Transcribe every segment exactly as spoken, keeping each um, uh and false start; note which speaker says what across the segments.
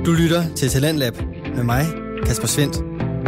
Speaker 1: Du lytter til Talentlab med mig, Kasper Svendt.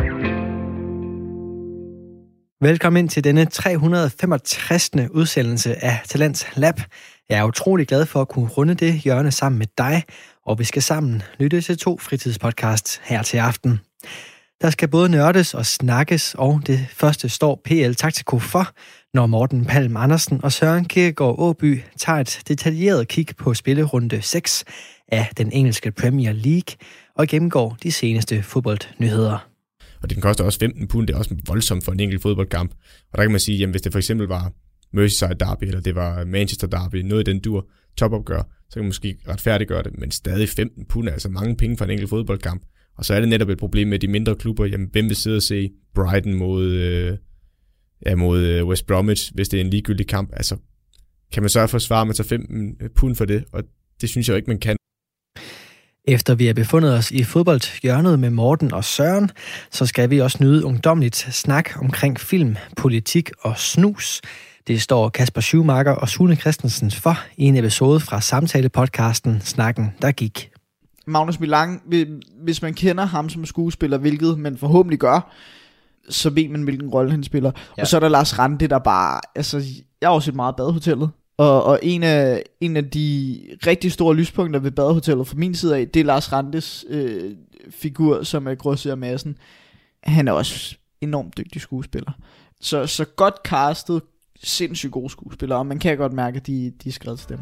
Speaker 1: Velkommen ind til denne tre hundrede og femogtres. udsendelse af Talentlab. Jeg er utrolig glad for at kunne runde det hjørne sammen med dig, og vi skal sammen lytte til to fritidspodcasts her til aften. Der skal både nørdes og snakkes, og det første står P L Taktiko for, når Morten Palm Andersen og Søren Kierkegaard Åby tager et detaljeret kig på spillerunde seks af den engelske Premier League og gennemgår de seneste fodboldnyheder.
Speaker 2: Og det koster også femten pund, det er også voldsomt for en enkelt fodboldkamp. Og der kan man sige, at hvis det for eksempel var Merseyside Derby, eller det var Manchester Derby, noget i den dur, topopgør, så kan man måske retfærdiggøre det, men stadig femten pund er altså mange penge for en enkelt fodboldkamp. Og så er det netop et problem med de mindre klubber. Jamen, hvem vil sidde og se Brighton mod, øh, ja, mod øh, West Bromwich, hvis det er en ligegyldig kamp? Altså, kan man så forsvare med at tage femten pund for det? Og det synes jeg jo ikke, man kan.
Speaker 1: Efter vi har befundet os i fodboldhjørnet med Morten og Søren, så skal vi også nyde ungdomligt snak omkring film, politik og snus. Det står Kasper Schumacher og Sune Christensen for i en episode fra samtalepodcasten Snakken, der gik.
Speaker 3: Magnus Milang, hvis man kender ham som skuespiller, hvilket man forhåbentlig gør, så ved man, hvilken rolle han spiller. Ja. Og så er der Lars Ranthe, der bare... Altså, jeg har også set meget Badehotellet. Og, og en, af, en af de rigtig store lyspunkter ved Badehotellet fra min side af, det er Lars Ranthes øh, figur, som er Grosserer Madsen. Han er også enormt dygtig skuespiller. Så, så godt castet, sindssygt gode skuespillere, og man kan godt mærke, at de, de er skrevet til dem.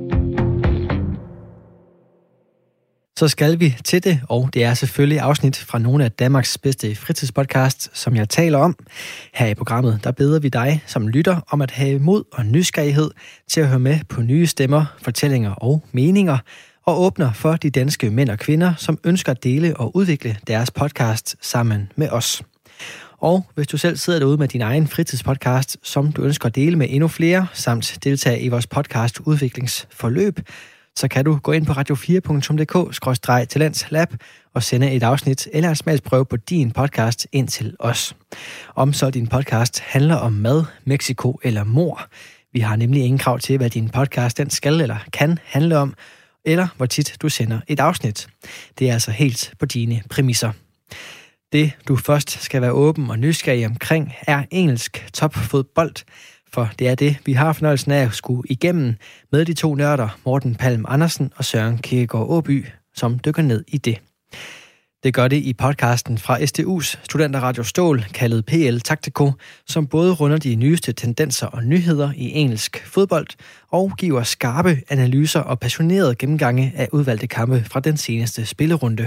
Speaker 1: Så skal vi til det, og det er selvfølgelig afsnit fra nogle af Danmarks bedste fritidspodcasts, som jeg taler om. Her i programmet, der beder vi dig som lytter om at have mod og nysgerrighed til at høre med på nye stemmer, fortællinger og meninger, og åbner for de danske mænd og kvinder, som ønsker at dele og udvikle deres podcast sammen med os. Og hvis du selv sidder derude med din egen fritidspodcast, som du ønsker at dele med endnu flere, samt deltage i vores podcast udviklingsforløb, så kan du gå ind på radio fire punktum d k skråstreg talentlab og sende et afsnit eller en smagsprøve på din podcast ind til os. Om så din podcast handler om mad, Mexico eller mor. Vi har nemlig ingen krav til, hvad din podcast den skal eller kan handle om, eller hvor tit du sender et afsnit. Det er altså helt på dine præmisser. Det, du først skal være åben og nysgerrig omkring, er engelsk topfodbold. For det er det, vi har fornøjelsen af at skulle igennem med de to nørder, Morten Palm Andersen og Søren Kierkegaard Åby, som dykker ned i det. Det gør det i podcasten fra S D U's Studenterradio Stål, kaldet P L Taktiko, som både runder de nyeste tendenser og nyheder i engelsk fodbold, og giver skarpe analyser og passionerede gennemgange af udvalgte kampe fra den seneste spillerunde.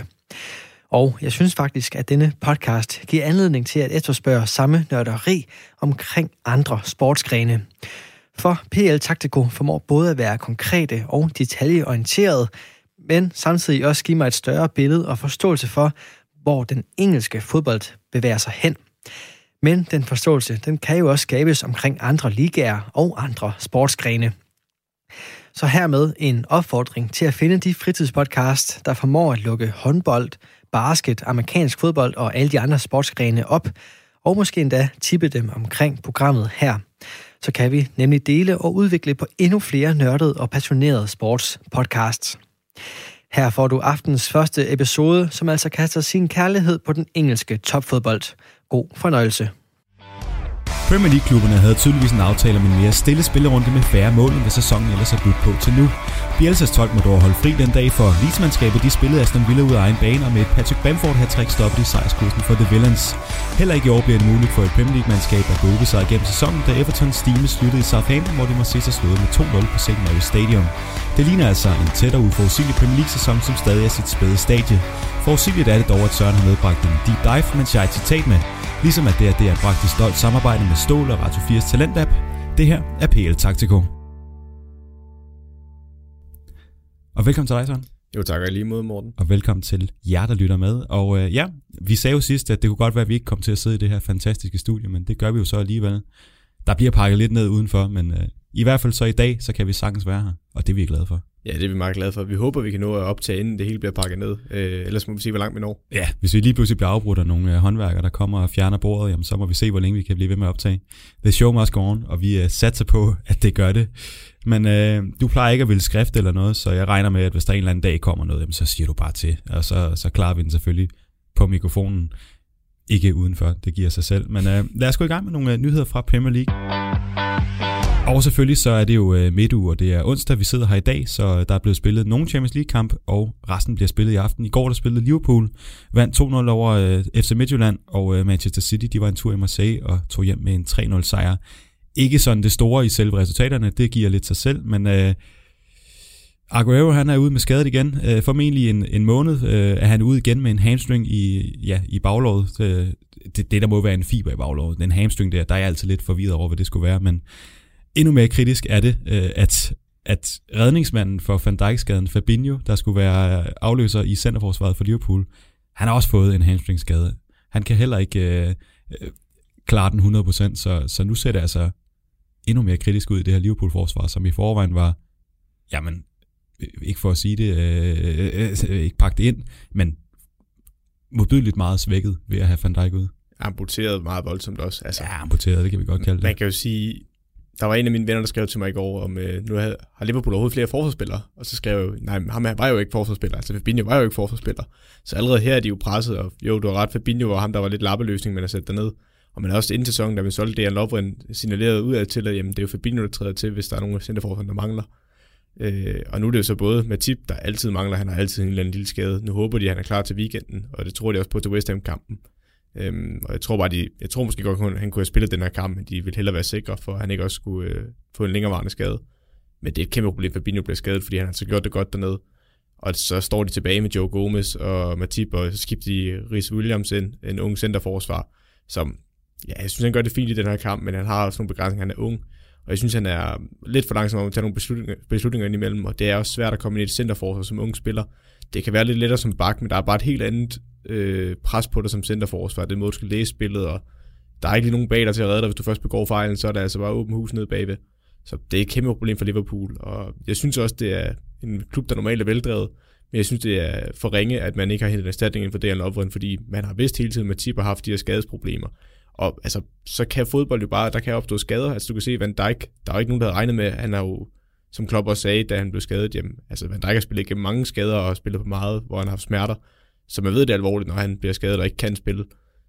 Speaker 1: Og jeg synes faktisk, at denne podcast giver anledning til at efterspørge samme nørderi omkring andre sportsgrene. For P L Taktiko formår både at være konkrete og detaljeorienterede, men samtidig også give mig et større billede og forståelse for, hvor den engelske fodbold bevæger sig hen. Men den forståelse, den kan jo også skabes omkring andre ligaer og andre sportsgrene. Så hermed en opfordring til at finde de fritidspodcasts, der formår at lukke håndbold, basket, amerikansk fodbold og alle de andre sportsgrene op, og måske endda tippe dem omkring programmet her. Så kan vi nemlig dele og udvikle på endnu flere nørdede og passionerede sportspodcasts. Her får du aftens første episode, som altså kaster sin kærlighed på den engelske topfodbold. God fornøjelse.
Speaker 4: Premier League-klubberne havde tydeligvis en aftale om en mere stille spillerunde med færre mål, end hvad sæsonen ellers har budt på til nu. Bielsas tolk måtte overholde fri den dag, for Leeds-mandskabet de spillede Aston Villa ud af egen bane, og med et Patrick Bamford hat-trick stoppede i sejrskursen for The Villains. Heller ikke i år bliver det muligt for et Premier League-mandskab at gå ubesejret gennem sæsonen, da Evertons stime sluttede i Southampton, hvor de må se sig slået med to nul på Saint Mary's Stadium. Det ligner altså en tæt og uforudsigelig Premier League-sæson, som stadig er sit spæde stadie. Forudsigeligt er det dog, at Søren har medbragt en deep dive, mens jeg er et citat med. Ligesom at det er det er bragt i stolt samarbejde med Stål og Radio fires Talentlab. Det her er P L Taktiko. Og velkommen til dig, Søren.
Speaker 2: Jo, tak og lige mod, Morten.
Speaker 4: Og velkommen til jer, der lytter med. Og øh, ja, vi sagde jo sidst, at det kunne godt være, at vi ikke kom til at sidde i det her fantastiske studie, men det gør vi jo så alligevel. Der bliver pakket lidt ned udenfor, men øh, i hvert fald så i dag, så kan vi sagtens være her, og det er vi glade for.
Speaker 2: Ja, det er vi meget glade for. Vi håber, vi kan nå at optage, inden det hele bliver pakket ned. Øh, ellers må vi se, hvor langt vi når.
Speaker 4: Ja, hvis vi lige pludselig bliver afbrudt af nogle håndværkere, der kommer og fjerner bordet, jamen, så må vi se, hvor længe vi kan blive ved med at optage. The show must go on, og vi uh, satser på, at det gør det. Men øh, du plejer ikke at ville skrift eller noget, så jeg regner med, at hvis der en eller anden dag kommer noget, jamen, så siger du bare til, og så, så klarer vi den selvfølgelig på mikrofonen. Ikke udenfor, det giver sig selv. Men øh, lad os gå i gang med nogle uh, nyheder fra Premier League. Og selvfølgelig så er det jo øh, midtuge, og det er onsdag, vi sidder her i dag, så der er blevet spillet nogle Champions League-kamp, og resten bliver spillet i aften. I går der spillede Liverpool, vandt to nul over øh, F C Midtjylland, og øh, Manchester City, de var en tur i Marseille og tog hjem med en tre nul sejr. Ikke sådan det store i selve resultaterne, det giver lidt sig selv, men øh, Aguero, han er ude med skadet igen. Øh, formentlig en, en måned øh, er han ude igen med en hamstring i, ja, i baglåret. Øh, det, det der må være en fiber i baglåret. Den hamstring der, der er jeg altid lidt forvirret over, hvad det skulle være, men endnu mere kritisk er det, at, at redningsmanden for Van Dijk-skaden, Fabinho, der skulle være afløser i centerforsvaret for Liverpool, han har også fået en hamstringskade. Han kan heller ikke øh, klare den hundrede procent, så, så nu ser det altså endnu mere kritisk ud i det her Liverpool-forsvar, som i forvejen var, jamen, ikke for at sige det, øh, øh, ikke pakket ind, men modbydeligt meget svækket ved at have Van Dijk ud.
Speaker 2: Amputeret meget voldsomt også. Altså,
Speaker 4: ja, amputeret, det kan vi godt kalde det.
Speaker 2: Man kan jo sige, der var en af mine venner, der skrev til mig i går, om øh, nu havde, har Liverpool overhovedet flere forsvarsspillere, og så skrev jeg, nej, ham var jo ikke forsvarsspiller, altså Fabinho var jo ikke forsvarsspiller. Så allerede her er de jo presset, og jo, du har ret, Fabinho var ham, der var lidt lappeløsning, men at sætte derned. Og man også inden sæsonen, da vi solgte Dejan Lovren, signaleret ud af til, at jamen, det er jo Fabinho, der træder til, hvis der er nogle centerforsvar, der mangler. Øh, og nu er det jo så både Matip, der altid mangler, han har altid en eller anden lille skade. Nu håber de, at han er klar til weekenden, og det tror de også på til West Ham-kampen. Øhm, og jeg tror bare, de, jeg tror måske godt, at han kunne have spillet den her kamp, men de ville hellere være sikre, for at han ikke også skulle øh, få en længerevarende skade. Men det er et kæmpe problem, at Fabinho bliver skadet, fordi han har så gjort det godt dernede. Og så står de tilbage med Joe Gomez og Matip, og så skifter de Rhys Williams ind, en ung centerforsvar, som, ja, jeg synes, han gør det fint i den her kamp, men han har også nogle begrænsninger, han er ung. Og jeg synes, han er lidt for langsom om at tage nogle beslutninger, beslutninger ind imellem, og det er også svært at komme ind i et centerforsvar som ung spiller. Det kan være lidt lettere som bak, men der er bare et helt andet øh, pres på dig som centerforsvar. Det er måde, du skal læse spillet, og der er ikke lige nogen bag dig til at redde dig. Hvis du først begår fejlen, så er der altså bare åben hus nede bagved. Så det er et kæmpe problem for Liverpool, og jeg synes også, det er en klub, der normalt er veldrevet, men jeg synes, det er for ringe, at man ikke har hentet en erstatning for Dejan Lovren, fordi man har vidst hele tiden, at Matip har haft de her skadesproblemer. Og altså, så kan fodbold jo bare, der kan opstå skader. Altså, du kan se Van Dijk, der er jo ikke nogen, der havde regnet med, han har jo, som Klopp også sagde, da han blev skadet, jamen, altså Van Dijk har spillet igennem mange skader og spillet på meget, hvor han har haft smerter. Så man ved, det er alvorligt, når han bliver skadet og ikke kan spille.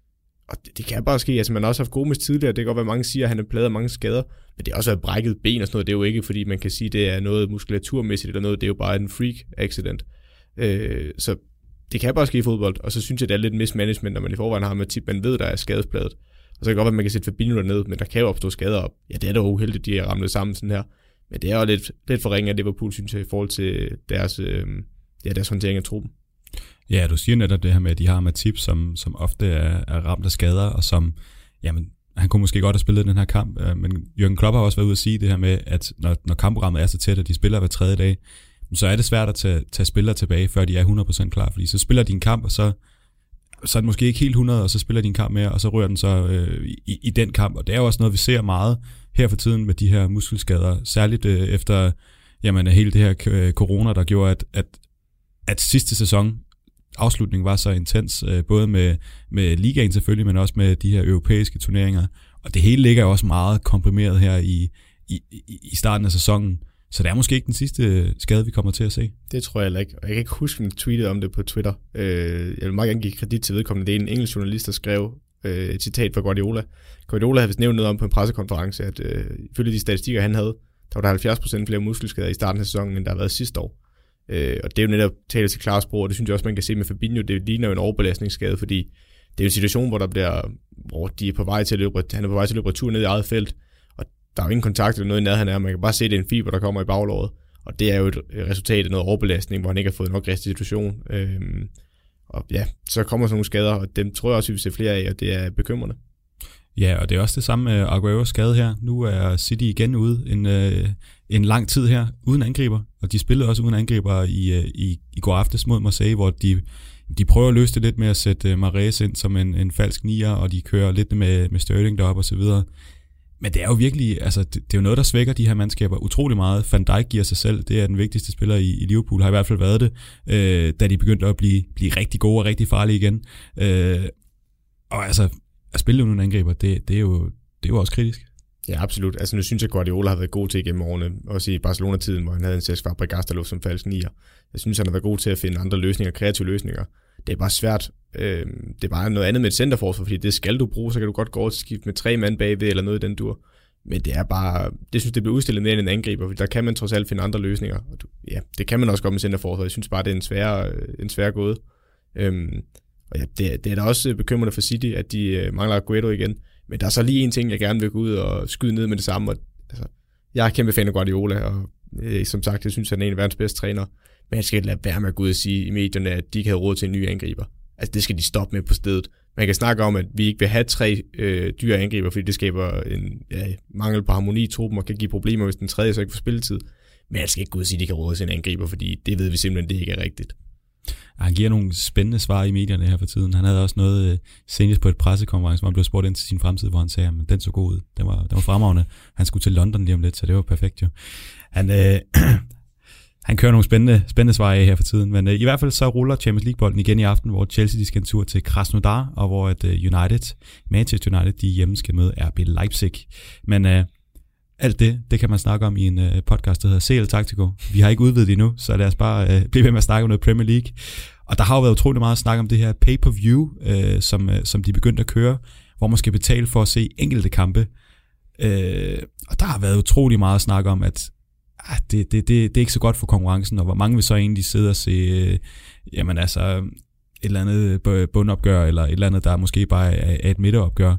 Speaker 2: Og det, det kan bare ske, altså man har også haft Gomez tidligere, det kan godt være, mange siger, at han er plaget af mange skader, men det er også været brækket ben og sådan noget, det er jo ikke, fordi man kan sige, det er noget muskulaturmæssigt eller noget, det er jo bare en freak accident. Øh, så det kan bare ske i fodbold, og så synes jeg, det er lidt mismanagement, når man i forvejen har med tip, man ved, der er skadespladet. Og så kan det godt være, at man kan sætte Fabinho ned, men der kan jo opstå skader op. Ja, det er da uheldigt, de er ramlet sammen sådan her. Men det er jo lidt, lidt for ringe af Liverpool, synes jeg, i forhold til deres, øh, ja, deres håndtering af truppen.
Speaker 4: Ja, du siger netop det her med, at de har Matip, som, som ofte er, er ramt af skader, og som, jamen, han kunne måske godt have spillet den her kamp, men Jürgen Klopp har også været ude at sige det her med, at når, når kampprogrammet er så tæt, at de spiller hver tredje dag, så er det svært at tage, tage spillere tilbage, før de er hundrede procent klar, fordi så spiller de en kamp, og så så er den måske ikke helt hundrede, og så spiller de en kamp mere, og så rører den så øh, i, i den kamp. Og det er jo også noget, vi ser meget her for tiden med de her muskelskader, særligt øh, efter jamen, hele det her øh, corona, der gjorde, at, at, at sidste sæson afslutningen var så intens, øh, både med, med ligaen selvfølgelig, men også med de her europæiske turneringer. Og det hele ligger jo også meget komprimeret her i, i, i starten af sæsonen. Så det er måske ikke den sidste skade, vi kommer til at se.
Speaker 2: Det tror jeg heller ikke. Og jeg kan ikke huske, at jeg tweetede om det på Twitter. Jeg vil meget gerne give kredit til vedkommende. Det er en engelsk journalist, der skrev et citat fra Guardiola. Guardiola havde vist nævnt noget om på en pressekonference, at øh, ifølge de statistikker, han havde, der var der halvfjerds procent flere muskelskader i starten af sæsonen, end der har været sidste år. Øh, og det er jo netop talt til klare sprog, og det synes jeg også, man kan se med Fabinho. Det ligner jo en overbelastningsskade, fordi det er jo en situation, hvor der bliver, hvor de er på vej til at løbe, han er på vej til at løbe retur ned i eget felt. Der er jo ingen kontakt eller noget i nærheden af, man kan bare se, at det er en fiber, der kommer i baglåret, og det er jo et resultat af noget overbelastning, hvor han ikke har fået nok restitution. Øhm, og ja, så kommer sådan nogle skader, og dem tror jeg også, vi vil se flere af, og det er bekymrende.
Speaker 4: Ja, og det er også det samme med Aguero's skade her. Nu er City igen ude en, øh, en lang tid her, uden angriber, og de spillede også uden angriber i, i, i går aftes mod Marseille, hvor de, de prøver at løse det lidt med at sætte Mahrez ind som en, en falsk nier, og de kører lidt med, med Sterling deroppe og så videre. Men det er jo virkelig, altså det, det er jo noget, der svækker de her mandskaber utrolig meget. Van Dijk giver sig selv, det er den vigtigste spiller i, i Liverpool, har i hvert fald været det, øh, da de begyndte at blive, blive rigtig gode og rigtig farlige igen. Øh, og altså, at spille uden angriber, det, det, er jo, det er jo også kritisk.
Speaker 2: Ja, absolut. Altså nu synes jeg, Guardiola har været god til igennem årene, også i Barcelona-tiden, hvor han havde en Cesc Fabregas som falsk nier. Jeg synes, han har været god til at finde andre løsninger, kreative løsninger. Det er bare svært. Øh, det er bare noget andet med et centerforsvar, fordi det skal du bruge, så kan du godt gå over til skift med tre mand bagved eller noget i den dur. Men det er bare, det synes det bliver udstillet mere end en angriber, fordi der kan man trods alt finde andre løsninger. Og du, ja, det kan man også godt med centerforsvar. Jeg synes bare, det er en svær, en svær gåde. Øhm, og ja, det, det er da også bekymrende for City, at de øh, mangler Aguero igen. Men der er så lige en ting, jeg gerne vil gå ud og skyde ned med det samme. Og, altså, jeg er kæmpe fan af Guardiola, og øh, som sagt, jeg synes, han er en af verdens bedste træner. Men jeg skal lade være med at gå ud og sige i medierne, at de ikke havde råd til en ny angriber. Altså, det skal de stoppe med på stedet. Man kan snakke om, at vi ikke vil have tre øh, dyre angriber, fordi det skaber en ja, mangel på harmoni i truppen og kan give problemer, hvis den tredje så ikke får spilletid. Men jeg skal ikke gå ud og sige, at de kan råde til en angriber, fordi det ved vi simpelthen, det ikke er rigtigt.
Speaker 4: Han giver nogle spændende svar i medierne her for tiden. Han havde også noget øh, senest på et pressekonference, hvor han blev spurgt ind til sin fremtid, hvor han sagde, at den så god ud. Den var, den var fremragende. Han skulle til London lige om lidt, så det var perfekt jo. Han, øh, han kører nogle spændende, spændende svar af her for tiden, men øh, i hvert fald så ruller Champions League-bolden igen i aften, hvor Chelsea de skal en tur til Krasnodar, og hvor at, øh, United, Manchester United, de hjemme skal møde R B Leipzig. Men øh, alt det, det kan man snakke om i en øh, podcast, der hedder C L Taktiko. Vi har ikke udvidet det endnu, så lad os bare øh, blive ved med at snakke om noget Premier League. Og der har jo været utrolig meget at snakke om det her pay-per-view, øh, som, øh, som de begyndte at køre, hvor man skal betale for at se enkelte kampe. Øh, og der har været utrolig meget at snakke om, at ah, det, det, det, det er ikke så godt for konkurrencen, og hvor mange vil så egentlig sidde og se øh, jamen altså, et eller andet bundopgør, eller et eller andet, der måske bare er, er et midteropgør.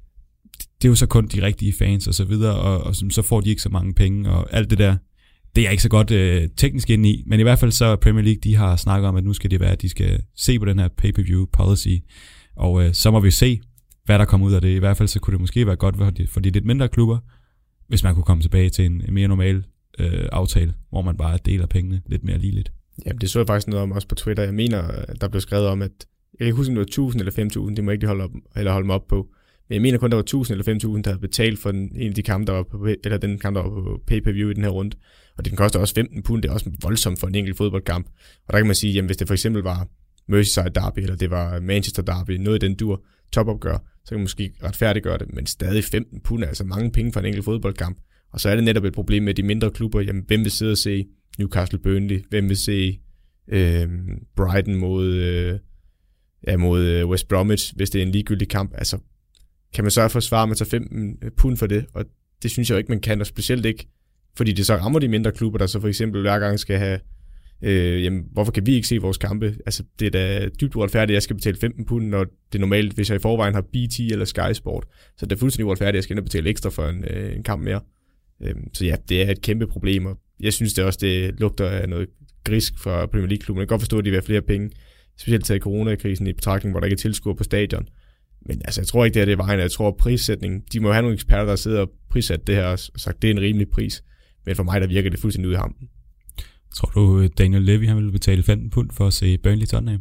Speaker 4: Det er jo så kun de rigtige fans og så videre, og, og så får de ikke så mange penge, og alt det der, det er jeg ikke så godt øh, teknisk inde i, men i hvert fald så Premier League, de har snakket om, at nu skal det være, at de skal se på den her pay-per-view policy, og øh, så må vi se, hvad der kommer ud af det. I hvert fald så kunne det måske være godt for de, for de lidt mindre klubber, hvis man kunne komme tilbage til en, en mere normal øh, aftale, hvor man bare deler pengene lidt mere ligeligt.
Speaker 2: Ja, det så jeg faktisk noget om også på Twitter. Jeg mener, at der blev skrevet om, at jeg kan ikke huske, om det var tusind eller fem tusind, det må jeg ikke holde, op, eller holde mig op på. Men jeg mener kun, der var tusind eller fem tusind, der havde betalt for den, en af de kampe, der var på, eller den kamp, der var på pay-per-view i den her runde. Og den koster også femten pund, det er også voldsomt for en enkelt fodboldkamp. Og der kan man sige, jamen hvis det for eksempel var Merseyside Derby, eller det var Manchester Derby, noget i den dur, topopgør, så kan man måske retfærdiggøre det, men stadig femten pund er altså mange penge for en enkelt fodboldkamp. Og så er det netop et problem med de mindre klubber, jamen hvem vil sidde og se Newcastle Burnley, hvem vil se øh, Brighton mod, øh, ja, mod øh, West Bromwich, hvis det er en ligegyldig kamp, altså kan man så forsvare, at man tager femten pund for det, og det synes jeg jo ikke, man kan, og specielt ikke, fordi det så rammer de mindre klubber, der så for eksempel hver gang skal have, øh, jamen, hvorfor kan vi ikke se vores kampe? Altså, det er da dybt uretfærdigt, at jeg skal betale femten pund, når det er normalt, hvis jeg i forvejen har B T eller Sky Sport, så det er fuldstændig uretfærdigt, at jeg skal ind og betale ekstra for en, øh, en kamp mere. Øh, så ja, det er et kæmpe problem, og jeg synes det også, det lugter af noget grisk fra Premier League-klubben. Jeg kan godt forstå, at de vil have flere penge, specielt taget coronakrisen i betragtning, hvor der ikke er tilskuere på stadion. Men altså, jeg tror ikke, det er det vejen. Jeg tror, prissætning, de må have nogle eksperter, der sidder og prissat det her og sagt, det er en rimelig pris. Men for mig, der virker det fuldstændig ud i hampen.
Speaker 4: Tror du, Daniel Levy, han ville betale femten pund for at se Burnley Tottenham?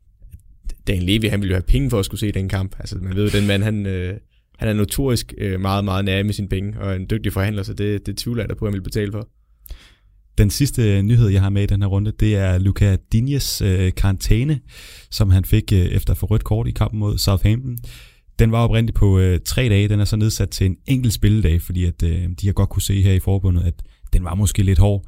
Speaker 2: Daniel Levy, han ville jo have penge for at skulle se den kamp. Altså, man ved jo, den mand, han, øh, han er notorisk øh, meget, meget nær med sine penge, og en dygtig forhandler, så det, det tvivler jeg da på, at han vil betale for.
Speaker 4: Den sidste nyhed, jeg har med i den her runde, det er Luca Dignes øh, karantæne, som han fik øh, efter for rødt kort i kampen mod Southampton. Den var oprindeligt på øh, tre dage, den er så nedsat til en enkelt spilledag, fordi at, øh, de har godt kunne se her i forbundet, at den var måske lidt hård.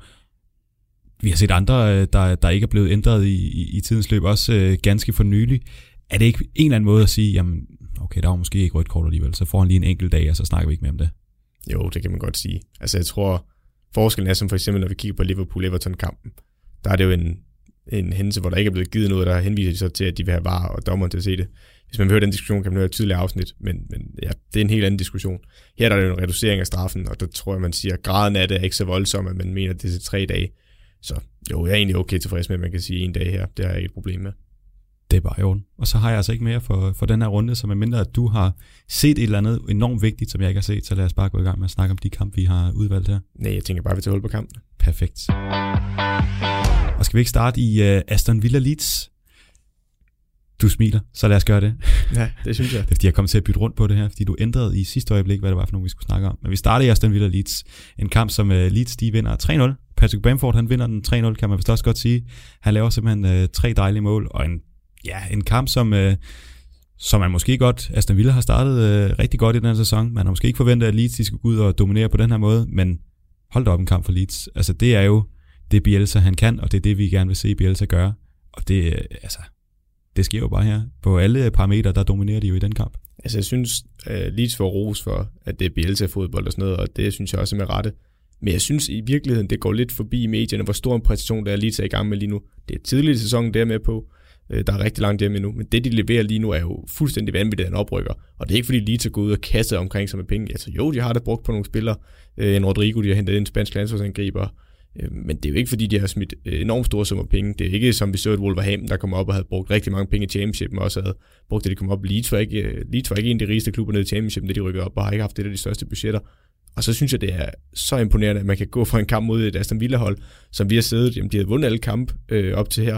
Speaker 4: Vi har set andre, øh, der, der ikke er blevet ændret i, i, i tidens løb, også øh, ganske for nylig. Er det ikke en eller anden måde at sige, jamen okay, der var måske ikke rødt kort alligevel, så får han lige en enkelt dag, og så snakker vi ikke mere om det?
Speaker 2: Jo, det kan man godt sige. Altså jeg tror, forskellen er som for eksempel, når vi kigger på Liverpool-Everton-kampen, der er det jo en, en hændelse, hvor der ikke er blevet givet noget, der henviser sig til, at de vil have V A R og dommeren til at se det. Hvis man vil høre den diskussion, kan man høre et tydeligt afsnit, men, men ja, det er en helt anden diskussion. Her er der jo en reducering af straffen, og der tror jeg, man siger, at graden af det er ikke så voldsom, at man mener, at det er til tre dage. Så jo, jeg er egentlig okay tilfreds med, at man kan sige en dag her. Det har jeg ikke et problem med.
Speaker 4: Det er bare i orden. Og så har jeg altså ikke mere for, for den her runde, så medmindre at du har set et eller andet enormt vigtigt, som jeg ikke har set, så lad os bare gå i gang med at snakke om de kampe, vi har udvalgt her.
Speaker 2: Nej, jeg tænker bare, at vi tager hul på kampen.
Speaker 4: Perfekt. Og skal vi ikke starte i uh, Aston Villa Leeds? Du smiler, så lad os gøre det.
Speaker 2: Ja, det synes jeg.
Speaker 4: Det er fordi, jeg kom til at bytte rundt på det her, fordi du ændrede i sidste øjeblik, hvad det var for nogen, vi skulle snakke om. Men vi startede i Aston Villa Leeds. En kamp, som uh, Leeds de vinder tre nul. Patrick Bamford, han vinder den tre nul, kan man vist også godt sige. Han laver simpelthen uh, tre dejlige mål, og en, ja, en kamp, som, uh, som man måske godt, Aston Villa har startet uh, rigtig godt i den her sæson. Man har måske ikke forventet, at Leeds de skulle gå ud og dominere på den her måde, men hold da op en kamp for Leeds. Altså, det er jo det Bielsa, han kan, og det er det, vi gerne vil se Bielsa gøre. Og det, uh, altså... Det sker jo bare her. På alle parametre, der dominerer de jo i den kamp.
Speaker 2: Altså, jeg synes, uh, Leeds får ros for, at det er Bielsa-fodbold og sådan noget, og det synes jeg også er med rette. Men jeg synes i virkeligheden, det går lidt forbi i medierne, hvor stor en præstation, der er Leeds er i gang med lige nu. Det er tidligt i sæsonen, der med på. Uh, der er rigtig langt hjemme endnu. Men det, de leverer lige nu, er jo fuldstændig vanvittigt, en oprykker. Og det er ikke, fordi Leeds er gået ud og kastet omkring sig med penge. Altså, jo, de har det brugt på nogle spillere. Uh, en Rodrigo, de har hentet en spansk landsholdsangriber. Men det er jo ikke, fordi de har smidt enormt store summer penge. Det er ikke, som vi så et Wolverhampton, der kom op og havde brugt rigtig mange penge i Championship, og også havde brugt det, de kom op. Leeds var ikke, Leeds var ikke en af de rigeste klubber nede i Championship, da de rykkede op, og har ikke haft det af de største budgetter. Og så synes jeg, det er så imponerende, at man kan gå fra en kamp mod et Aston Villa-hold, som vi har siddet, jamen de havde vundet alle kampe øh, op til her,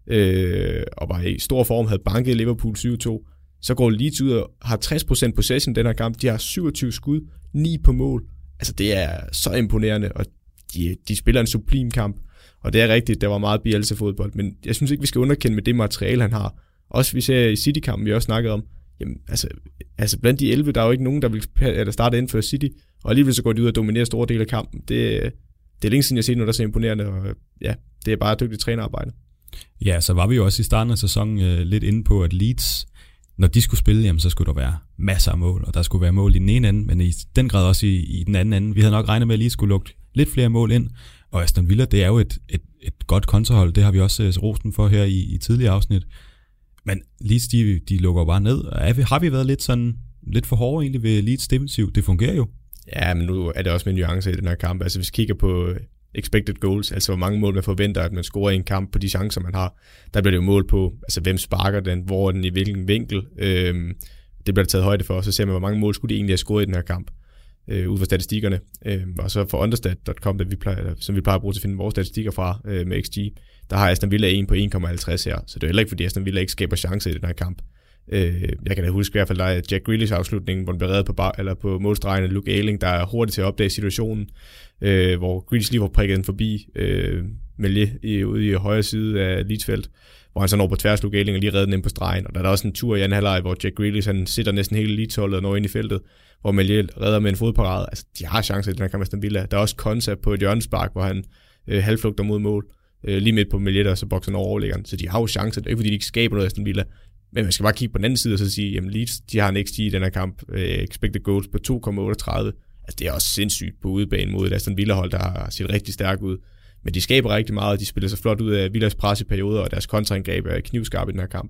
Speaker 2: øh, og var i stor form, havde banket Liverpool syv to. Så går Leeds ud og har tres procent possession i den her kamp. De har syvogtyve skud, ni på mål. Altså det er så imponerende, og De, de spiller en sublim kamp, og det er rigtigt, der var meget Bielsa-fodbold, men jeg synes ikke, vi skal underkende med det materiale, han har. Også vi ser i City-kampen, vi også snakkede om, jamen, altså, altså blandt de elleve, der er jo ikke nogen, der vil der starte inden for City, og alligevel så går de ud og dominerer store dele af kampen. Det, det er længe siden, jeg har set noget, der er så imponerende, og ja, det er bare dygtigt trænerarbejde.
Speaker 4: Ja, så var vi jo også i starten af sæsonen øh, lidt inde på, at Leeds, når de skulle spille, jamen, så skulle der være masser af mål, og der skulle være mål i den ene ende, men i den grad også i, i den anden ende. Vi havde nok regnet med, at Leeds skulle lukke lidt flere mål ind, og Aston Villa, det er jo et, et, et godt kontrahold, det har vi også uh, rosten for her i, i tidligere afsnit. Men Leeds, de, de lukker jo bare ned, og er vi, har vi været lidt sådan, lidt for hårde egentlig ved Leeds defensiv? Det fungerer jo.
Speaker 2: Ja, men nu er det også med nuancer i den her kamp. Altså hvis vi kigger på expected goals, altså hvor mange mål man forventer, at man scorer i en kamp på de chancer, man har, der bliver det jo mål på, altså hvem sparker den, hvor er den, i hvilken vinkel, øhm, det bliver der taget højde for, og så ser man, hvor mange mål skulle de egentlig have scoret i den her kamp. Øh, ud fra statistikkerne, øh, og så for understat punktum com, der vi plejer, som vi plejer at bruge til at finde vores statistikker fra øh, med X G, der har Aston Villa en på en komma halvtreds her, så det er heller ikke, fordi Aston Villa ikke skaber chancer i den her kamp. Øh, jeg kan da huske i hvert fald, der er Jack Grealish afslutningen, hvor den bliver reddet på, bar, eller på målstregen af Luke Ayling, der er hurtigt til at opdage situationen, øh, hvor Grealish lige får prikket den forbi øh, Melier i, ude i højre side af Leedsfelt, hvor han så når på tværs Luke Ayling og lige redder den ind på stregen, og der er der også en tur i anden halvleg, hvor Jack Grealish han sitter næsten hele Leeds-holdet og når ind i feltet, hvor Melier redder med en fodparade. Altså, de har chancer i den her kamp, Aston Villa. Der er også Konsa på et hjørnespark, hvor han øh, halvflugter mod mål, øh, lige midt på Melier, der så bokser over overlæggeren. Så de har jo chancer. Det er ikke, fordi de ikke skaber noget af Aston Villa. Men man skal bare kigge på den anden side og så sige, jamen Leeds, de har en X G i den her kamp, øh, expected goals på to komma otteogtredive. Altså, det er også sindssygt på udebane mod et Aston Villa-hold, der har set rigtig stærkt ud. Men de skaber rigtig meget, og de spiller så flot ud af Villas pres i perioder, og deres kontraangreb er knivskarpe i den her kamp.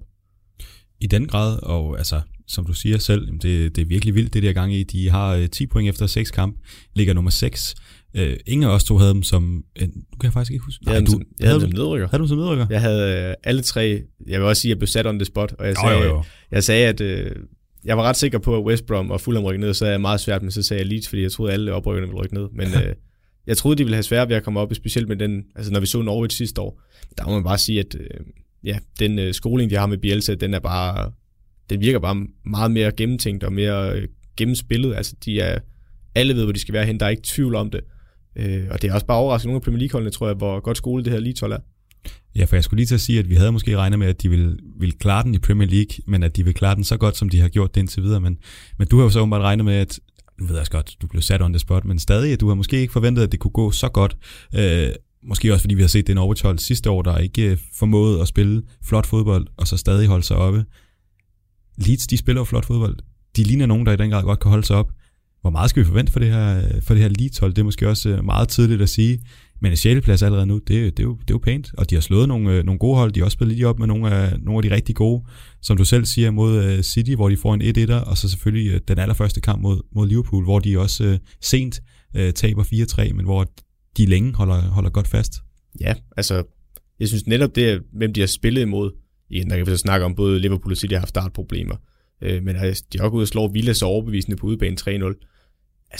Speaker 4: I den grad, og altså, som du siger selv, det, det er virkelig vildt, det der gang i. De har ti point efter seks kamp, ligger nummer seks. Uh, ingen af os to havde dem som, uh, nu kan jeg faktisk ikke huske.
Speaker 2: Jeg havde,
Speaker 4: Nej,
Speaker 2: du, jeg havde dem som nedrykker.
Speaker 4: Havde du som nedrykker?
Speaker 2: Jeg havde uh, alle tre, jeg vil også sige, at jeg blev sat on the spot, og jeg sagde,
Speaker 4: jo, jo, jo.
Speaker 2: Jeg sagde at uh, jeg var ret sikker på, at West Brom og Fulham rykke ned, så er jeg meget svært, men så sagde jeg Leeds, fordi jeg troede, at alle oprykkerne ville rykke ned. Men uh, jeg troede, de ville have svært ved at komme op, specielt med den, altså når vi så Norwich sidste år, der må man bare sige, at uh, ja, den uh, skoling, de har med Bielsa, den er bare, den virker bare meget mere gennemtænkt og mere uh, gennemspillet. Altså de er, alle ved, hvor de skal være hen, der er ikke tvivl om det. Uh, og det er også bare overraskende nogle af Premier League-holdene, tror jeg, hvor godt skole det her Leeds-hold er.
Speaker 4: Ja, for jeg skulle lige til at sige, at vi havde måske regnet med, at de ville, ville klare den i Premier League, men at de vil klare den så godt, som de har gjort det indtil videre. Men, men du har jo så åbenbart regnet med, at nu ved jeg også godt, du blev sat on the spot, men stadig, at du har måske ikke forventet, at det kunne gå så godt. Øh, måske også, fordi vi har set det Norwich-hold sidste år, der ikke formåede at spille flot fodbold, og så stadig holde sig oppe. Leeds, de spiller jo flot fodbold. De ligner nogen, der i den grad godt kan holde sig op. Hvor meget skal vi forvente for det her, for det her Leeds-hold? Det er måske også meget tidligt at sige. Men en sjette plads allerede nu, det, det, er jo, det er jo pænt. Og de har slået nogle, nogle gode hold. De har også spillet lige op med nogle af, nogle af de rigtig gode, som du selv siger, mod City, hvor de får en et-etter. Og så selvfølgelig den allerførste kamp mod, mod Liverpool, hvor de også uh, sent uh, taber fire tre, men hvor de længe holder, holder godt fast.
Speaker 2: Ja, altså, jeg synes netop det, hvem de har spillet imod. Igen, der kan vi så snakke om, både Liverpool og City har haft startproblemer. Uh, men altså, de har også gået og slår Villa så overbevisende på udebane tre nul. Altså,